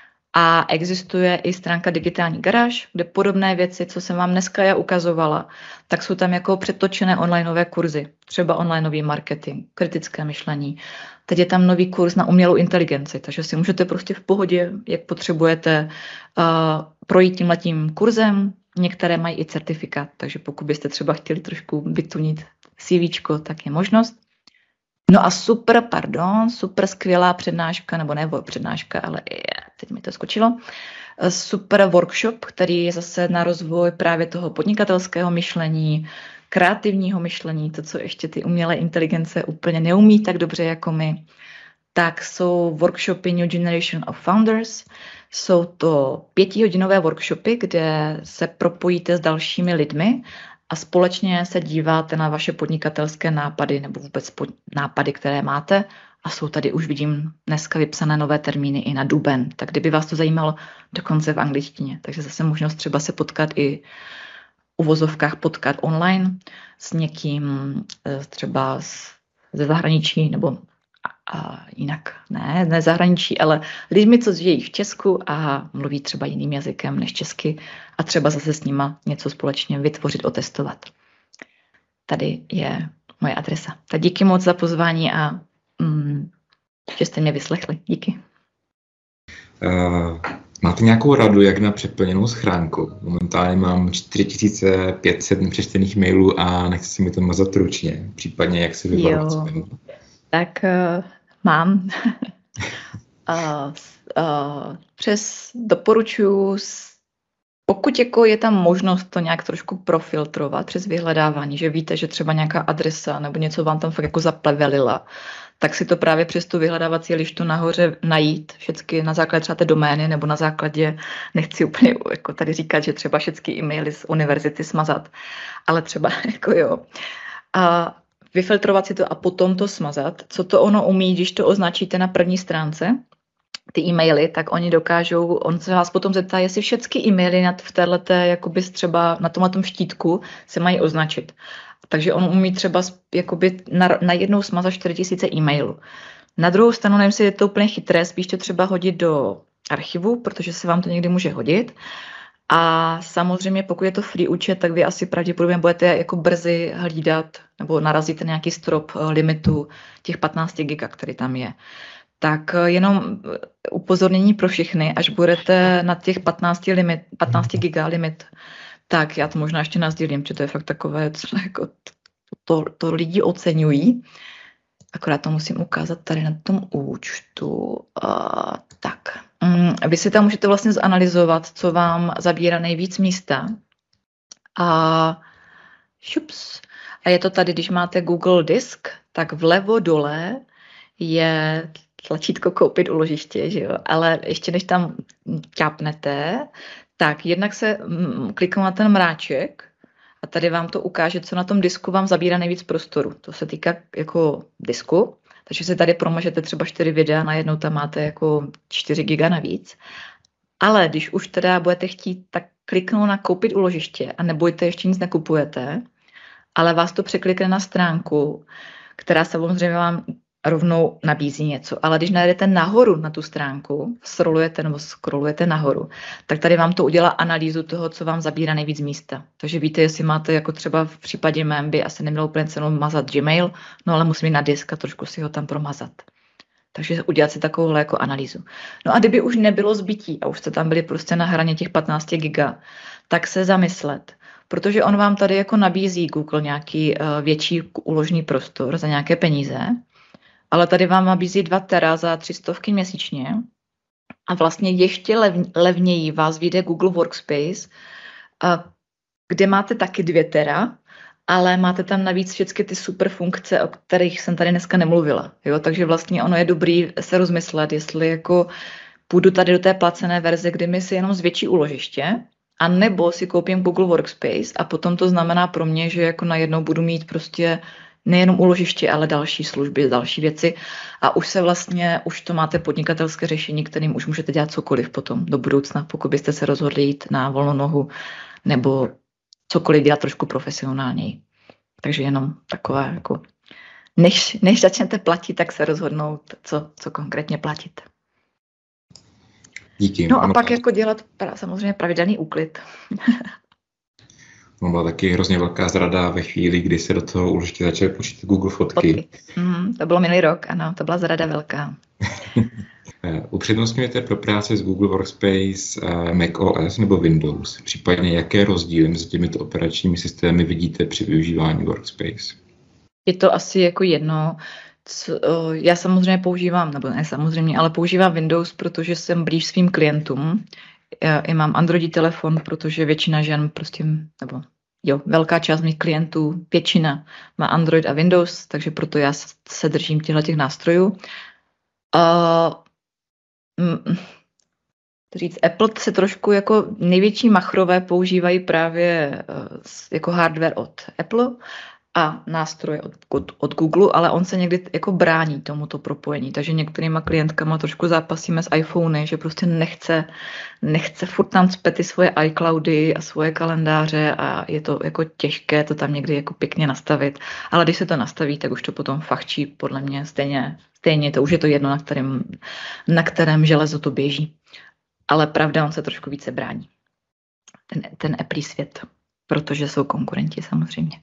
A existuje i stránka Digitální garáž, kde podobné věci, co jsem vám dneska já ukazovala, tak jsou tam jako přetočené onlineové kurzy. Třeba onlineový marketing, kritické myšlení. Teď je tam nový kurz na umělou inteligenci, takže si můžete prostě v pohodě, jak potřebujete, uh, projít tímhletím kurzem. Některé mají i certifikát, takže pokud byste třeba chtěli trošku vytunit CVčko, tak je možnost. No a super, pardon, super skvělá přednáška, nebo ne přednáška, ale je, teď mi to skočilo, super workshop, který je zase na rozvoj právě toho podnikatelského myšlení, kreativního myšlení, to, co ještě ty umělé inteligence úplně neumí tak dobře jako my, tak jsou workshopy New Generation of Founders. Jsou to pětihodinové workshopy, kde se propojíte s dalšími lidmi a společně se díváte na vaše podnikatelské nápady nebo vůbec nápady, které máte. A jsou tady už, vidím, dneska vypsané nové termíny i na duben. Tak kdyby vás to zajímalo, dokonce v angličtině. Takže zase možnost třeba se potkat i v uvozovkách potkat online s někým třeba ze zahraničí nebo a jinak ne, ne zahraničí, ale lidmi, co žijí v Česku a mluví třeba jiným jazykem než česky a třeba zase s nima něco společně vytvořit, otestovat. Tady je moje adresa. Tak díky moc za pozvání a mm, že jste mě vyslechli. Díky. Uh, máte nějakou radu, jak na přeplněnou schránku? Momentálně mám čtyři tisíce pět set nepřečtených mailů a nechci si mi to mazat ručně. Případně jak se vyvarovat spam. Tak uh, mám. uh, uh, přes doporučuji, pokud jako je tam možnost to nějak trošku profiltrovat přes vyhledávání, že víte, že třeba nějaká adresa nebo něco vám tam fakt jako zaplevelila, tak si to právě přes tu vyhledávací lištu nahoře najít, všechny na základě třeba té domény nebo na základě, nechci úplně jako tady říkat, že třeba všechny e-maily z univerzity smazat, ale třeba jako jo. A vyfiltrovat si to a potom to smazat. Co to ono umí, když to označíte na první stránce, ty e-maily, tak oni dokážou, on se vás potom zeptá, jestli všechny e-maily v této, jakoby třeba na tomhle štítku se mají označit. Takže on umí třeba jakoby na, na jednou smazat čtyři tisíce e-mailů. Na druhou stranu, nevím, jestli je to úplně chytré, spíš to třeba hodit do archivu, protože se vám to někdy může hodit. A samozřejmě, pokud je to free účet, tak vy asi pravděpodobně budete jako brzy hlídat nebo narazíte nějaký strop limitu těch patnáct giga, který tam je. Tak jenom upozornění pro všechny, až budete na těch patnáct, limit, patnáct giga limit, tak já to možná ještě nasdílím, že to je fakt takové, co jako to, to lidi oceňují. Akorát to musím ukázat tady na tom účtu. Uh, tak, um, vy si tam můžete vlastně zanalyzovat, co vám zabírá nejvíc místa. A šups. A je to tady, když máte Google Disk, tak vlevo dole je tlačítko koupit úložiště, že jo? Ale ještě než tam ťapnete, Tak, jednak se mm, kliknou na ten mráček a tady vám to ukáže, co na tom disku vám zabírá nejvíc prostoru. To se týká jako disku, takže si tady promažete třeba čtyři videa, najednou tam máte jako čtyři giga navíc. Ale když už teda budete chtít, tak kliknout na koupit úložiště a nebojte, ještě nic nekupujete, ale vás to překlikne na stránku, která samozřejmě vám rovnou nabízí něco. Ale když najdete nahoru na tu stránku, scrollujete nebo scrollujete nahoru, tak tady vám to udělá analýzu toho, co vám zabírá nejvíc místa. Takže víte, jestli máte jako třeba v případě mém by asi nemělo úplně cenu mazat Gmail, no ale musím jít na disk a trošku si ho tam promazat. Takže udělat si takovou jako analýzu. No a kdyby už nebylo zbytí a už jste tam byli prostě na hraně těch patnáct giga, tak se zamyslet. Protože on vám tady jako nabízí Google nějaký uh, větší úložný prostor za nějaké peníze, ale tady vám nabízí dva tera za tři stovky měsíčně a vlastně ještě lev, levněji vás vyjde Google Workspace, uh, kde máte taky dvě tera, ale máte tam navíc všechny ty super funkce, o kterých jsem tady dneska nemluvila. Jo? Takže vlastně ono je dobrý se rozmyslet, jestli jako půjdu tady do té placené verze, kdy mi si jenom zvětší úložiště, a nebo si koupím Google Workspace a potom to znamená pro mě, že jako najednou budu mít prostě nejenom úložiště, ale další služby, další věci a už se vlastně, už to máte podnikatelské řešení, kterým už můžete dělat cokoliv potom do budoucna, pokud byste se rozhodli jít na volnou nohu nebo cokoliv dělat trošku profesionálněji. Takže jenom taková jako, než, než začnete platit, tak se rozhodnout, co, co konkrétně platit. Díky. No a ano, pak jako dělat pra, samozřejmě pravidelný úklid. To byla taky hrozně velká zrada ve chvíli, kdy se do toho určitě začaly počítat Google fotky. fotky. Mm, to bylo minulý rok, ano, to byla zrada velká. Upřednostňujete pro práci s Google Workspace macOS nebo Windows? Případně jaké rozdíly mezi těmito operačními systémy vidíte při využívání Workspace? Je to asi jako jedno. Co, já samozřejmě používám, nebo ne samozřejmě, ale používám Windows, protože jsem blíž svým klientům. Já i mám Android telefon, protože většina žen prostě, nebo jo, velká část mých klientů, většina má Android a Windows, takže proto já se držím těchto těch nástrojů. Uh, mm, říct, Apple se trošku jako největší machrové používají právě uh, jako hardware od Apple a nástroje od, od, od Google, ale on se někdy jako brání tomuto propojení, takže některýma klientkama trošku zápasíme s iPhony, že prostě nechce, nechce furt tam cpet ty svoje iCloudy a svoje kalendáře a je to jako těžké to tam někdy jako pěkně nastavit, ale když se to nastaví, tak už to potom fachčí podle mě stejně, stejně to už je to jedno, na kterém, na kterém železo to běží. Ale pravda, on se trošku více brání. Ten, ten Apple svět, protože jsou konkurenti samozřejmě.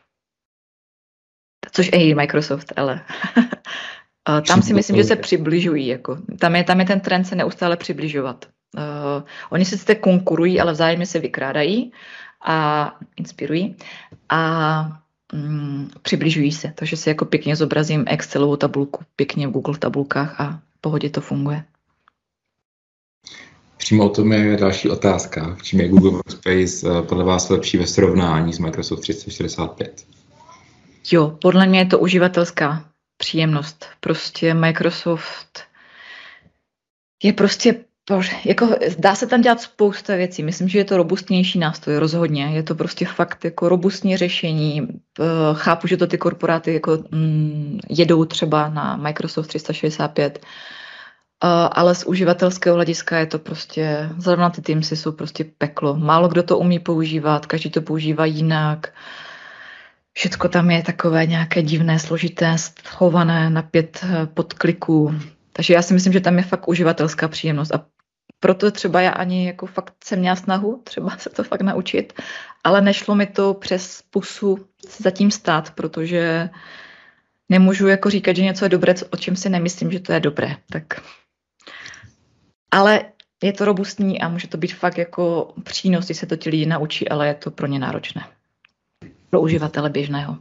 Což i Microsoft, ale tam si myslím, že se přibližují. Jako. Tam, je, tam je ten trend se neustále přibližovat. Uh, oni se sice konkurují, ale vzájemně se vykrádají a inspirují a mm, přibližují se. Takže si jako pěkně zobrazím Excelovou tabulku, pěkně v Google tabulkách a v pohodě to funguje. Přímo o tom je další otázka. V čím je Google Workspace podle vás lepší ve srovnání s Microsoft tři sta šedesát pět? Jo, podle mě je to uživatelská příjemnost. Prostě Microsoft je prostě, jako dá se tam dělat spousta věcí. Myslím, že je to robustnější nástroj, rozhodně. Je to prostě fakt jako robustní řešení. Chápu, že to ty korporáty jako mm, jedou třeba na Microsoft tři sta šedesát pět, ale z uživatelského hlediska je to prostě, zrovna ty Teamsy jsou prostě peklo. Málo kdo to umí používat, každý to používá jinak. Všecko tam je takové nějaké divné, složité, schované na pět podkliků. Takže já si myslím, že tam je fakt uživatelská příjemnost. A proto třeba já ani jako fakt jsem měla snahu třeba se to fakt naučit, ale nešlo mi to přes pusu zatím stát, protože nemůžu jako říkat, že něco je dobré, o čem si nemyslím, že to je dobré. Tak. Ale je to robustní a může to být fakt jako přínos, když se to ti lidi naučí, ale je to pro ně náročné. Pro uživatele běžného.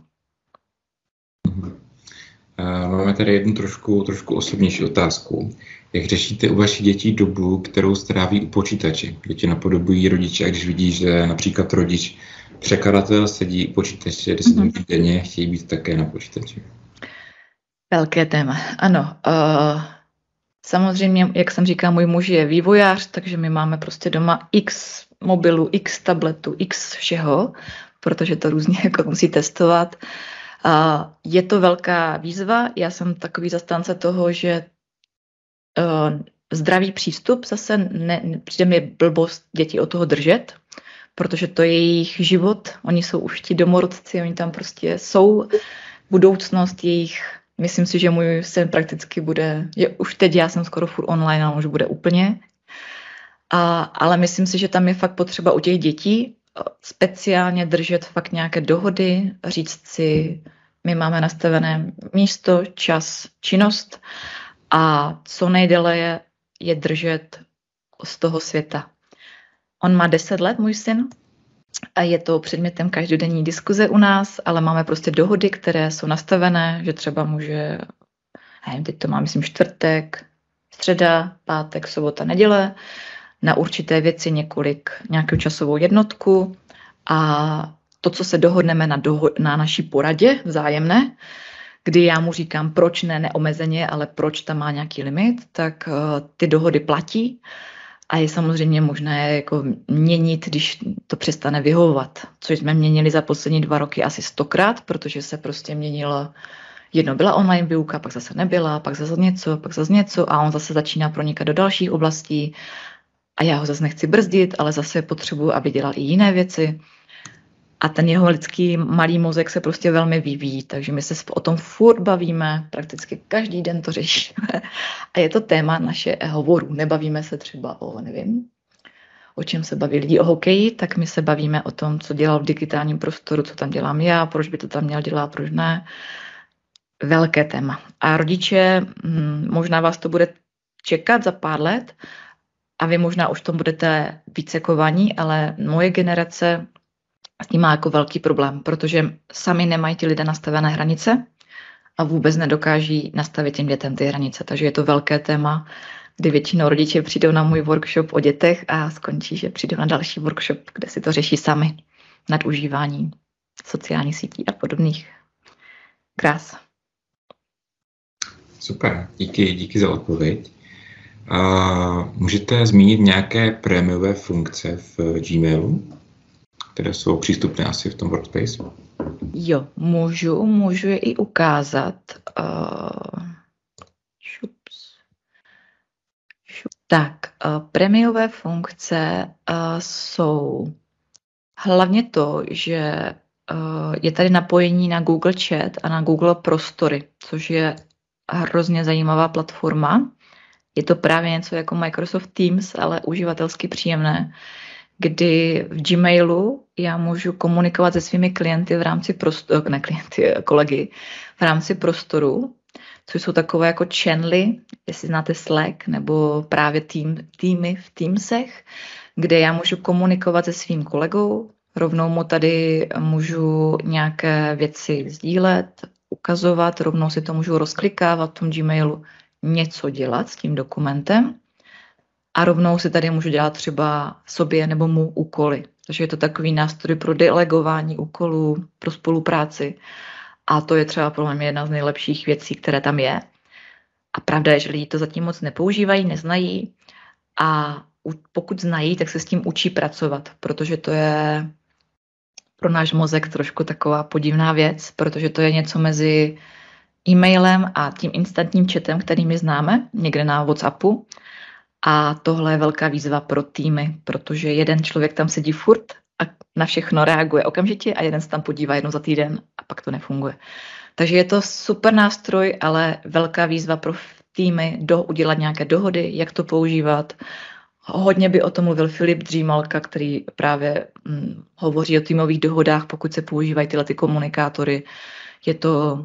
Máme tady jednu trošku, trošku osobnější otázku. Jak řešíte u vašich dětí dobu, kterou stráví u počítače? Děti napodobují rodiče, a když vidí, že například rodič překladatel sedí u počítače deset minut mm-hmm. denně, chtějí být také na počítači. Velké téma. Ano. Uh, Samozřejmě, jak jsem říkala, můj muž je vývojář, takže my máme prostě doma x mobilů, x tabletů, x všeho, protože to různě jako musí testovat. A je to velká výzva. Já jsem takový zastánce toho, že uh, zdravý přístup zase ne, přijde mi blbost děti od toho držet, protože to je jejich život. Oni jsou už ti domorodci, oni tam prostě jsou. Budoucnost jejich, myslím si, že můj syn prakticky bude, je, už teď já jsem skoro furt online, ale už bude úplně. A, ale myslím si, že tam je fakt potřeba u těch dětí speciálně držet fakt nějaké dohody, říct si, my máme nastavené místo, čas, činnost a co nejdéle je, je držet z toho světa. On má deset let, můj syn, a je to předmětem každodenní diskuze u nás, ale máme prostě dohody, které jsou nastavené, že třeba může, nevím, teď to má, myslím, čtvrtek, středa, pátek, sobota, neděle, na určité věci několik, nějakou časovou jednotku a to, co se dohodneme na, doho- na naší poradě vzájemné, kdy já mu říkám, proč ne neomezeně, ale proč tam má nějaký limit, tak uh, ty dohody platí a je samozřejmě možné jako měnit, když to přestane vyhovovat, což jsme měnili za poslední dva roky asi stokrát, protože se prostě měnilo, jedno byla online výuka, pak zase nebyla, pak zase něco, pak zase něco a on zase začíná pronikat do dalších oblastí a já ho zase nechci brzdit, ale zase potřebuji, aby dělal i jiné věci. A ten jeho lidský malý mozek se prostě velmi vyvíjí, takže my se o tom furt bavíme, prakticky každý den to řešíme. A je to téma naše hovoru. Nebavíme se třeba o, nevím, o čem se baví lidi o hokeji, tak my se bavíme o tom, co dělal v digitálním prostoru, co tam dělám já, proč by to tam měl dělat, proč ne. Velké téma. A rodiče, možná vás to bude čekat za pár let a vy možná už tom budete více kovaní, ale moje generace s tím má jako velký problém, protože sami nemají ti lidé nastavené hranice a vůbec nedokáží nastavit těm dětem ty hranice. Takže je to velké téma, kdy většinou rodiče přijdou na můj workshop o dětech a skončí, že přijdou na další workshop, kde si to řeší sami nad užívání sociálních sítí a podobných krás. Super, díky, díky za odpověď. Uh, můžete zmínit nějaké prémiové funkce v Gmailu, které jsou přístupné asi v tom Workspace? Jo, můžu, můžu je i ukázat. Uh, šups. Šup. Tak, uh, prémiové funkce uh, jsou hlavně to, že uh, je tady napojení na Google Chat a na Google Prostory, což je hrozně zajímavá platforma. Je to právě něco jako Microsoft Teams, ale uživatelsky příjemné, kdy v Gmailu já můžu komunikovat se svými klienty v rámci prostoru, ne klienty, kolegy, v rámci prostoru, což jsou takové jako channely, jestli znáte Slack, nebo právě tým, týmy v Teamsech, kde já můžu komunikovat se svým kolegou, rovnou mu tady můžu nějaké věci sdílet, ukazovat, rovnou si to můžu rozklikávat v tom Gmailu, něco dělat s tím dokumentem a rovnou si tady můžu dělat třeba sobě nebo mu úkoly. Takže je to takový nástroj pro delegování úkolů, pro spolupráci a to je třeba pro mě jedna z nejlepších věcí, které tam je. A pravda je, že lidi to zatím moc nepoužívají, neznají a pokud znají, tak se s tím učí pracovat, protože to je pro náš mozek trošku taková podivná věc, protože to je něco mezi e-mailem a tím instantním chatem, který my známe někde na WhatsAppu. A tohle je velká výzva pro týmy, protože jeden člověk tam sedí furt a na všechno reaguje okamžitě a jeden se tam podívá jednou za týden a pak to nefunguje. Takže je to super nástroj, ale velká výzva pro týmy do udělat nějaké dohody, jak to používat. Hodně by o tom mluvil Filip Dřímalka, který právě hm, hovoří o týmových dohodách, pokud se používají tyhle ty komunikátory. Je to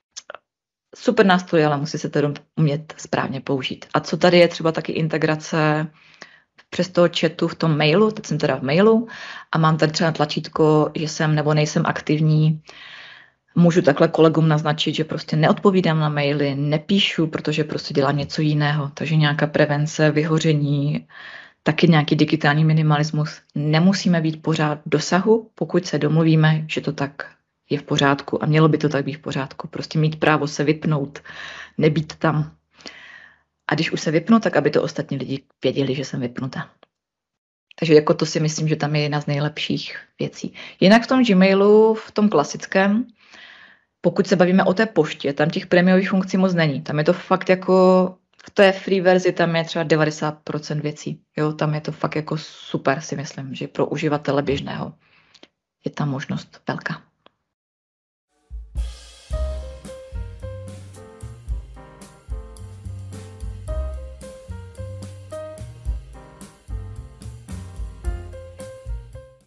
super nástroj, ale musí se to umět správně použít. A co tady je třeba taky integrace přes toho chatu v tom mailu, teď jsem teda v mailu a mám tady třeba tlačítko, že jsem nebo nejsem aktivní, můžu takhle kolegům naznačit, že prostě neodpovídám na maily, nepíšu, protože prostě dělám něco jiného. Takže nějaká prevence, vyhoření, taky nějaký digitální minimalismus. Nemusíme být pořád v dosahu, pokud se domluvíme, že to tak je v pořádku a mělo by to tak být v pořádku. Prostě mít právo se vypnout, nebýt tam. A když už se vypnu, tak aby to ostatní lidi věděli, že jsem vypnuta. Takže jako to si myslím, že tam je jedna z nejlepších věcí. Jinak v tom Gmailu, v tom klasickém, pokud se bavíme o té poště, tam těch prémiových funkcí moc není. Tam je to fakt jako, v té free verzi tam je třeba devadesát procent věcí. Jo, tam je to fakt jako super, si myslím, že pro uživatele běžného je tam možnost velká.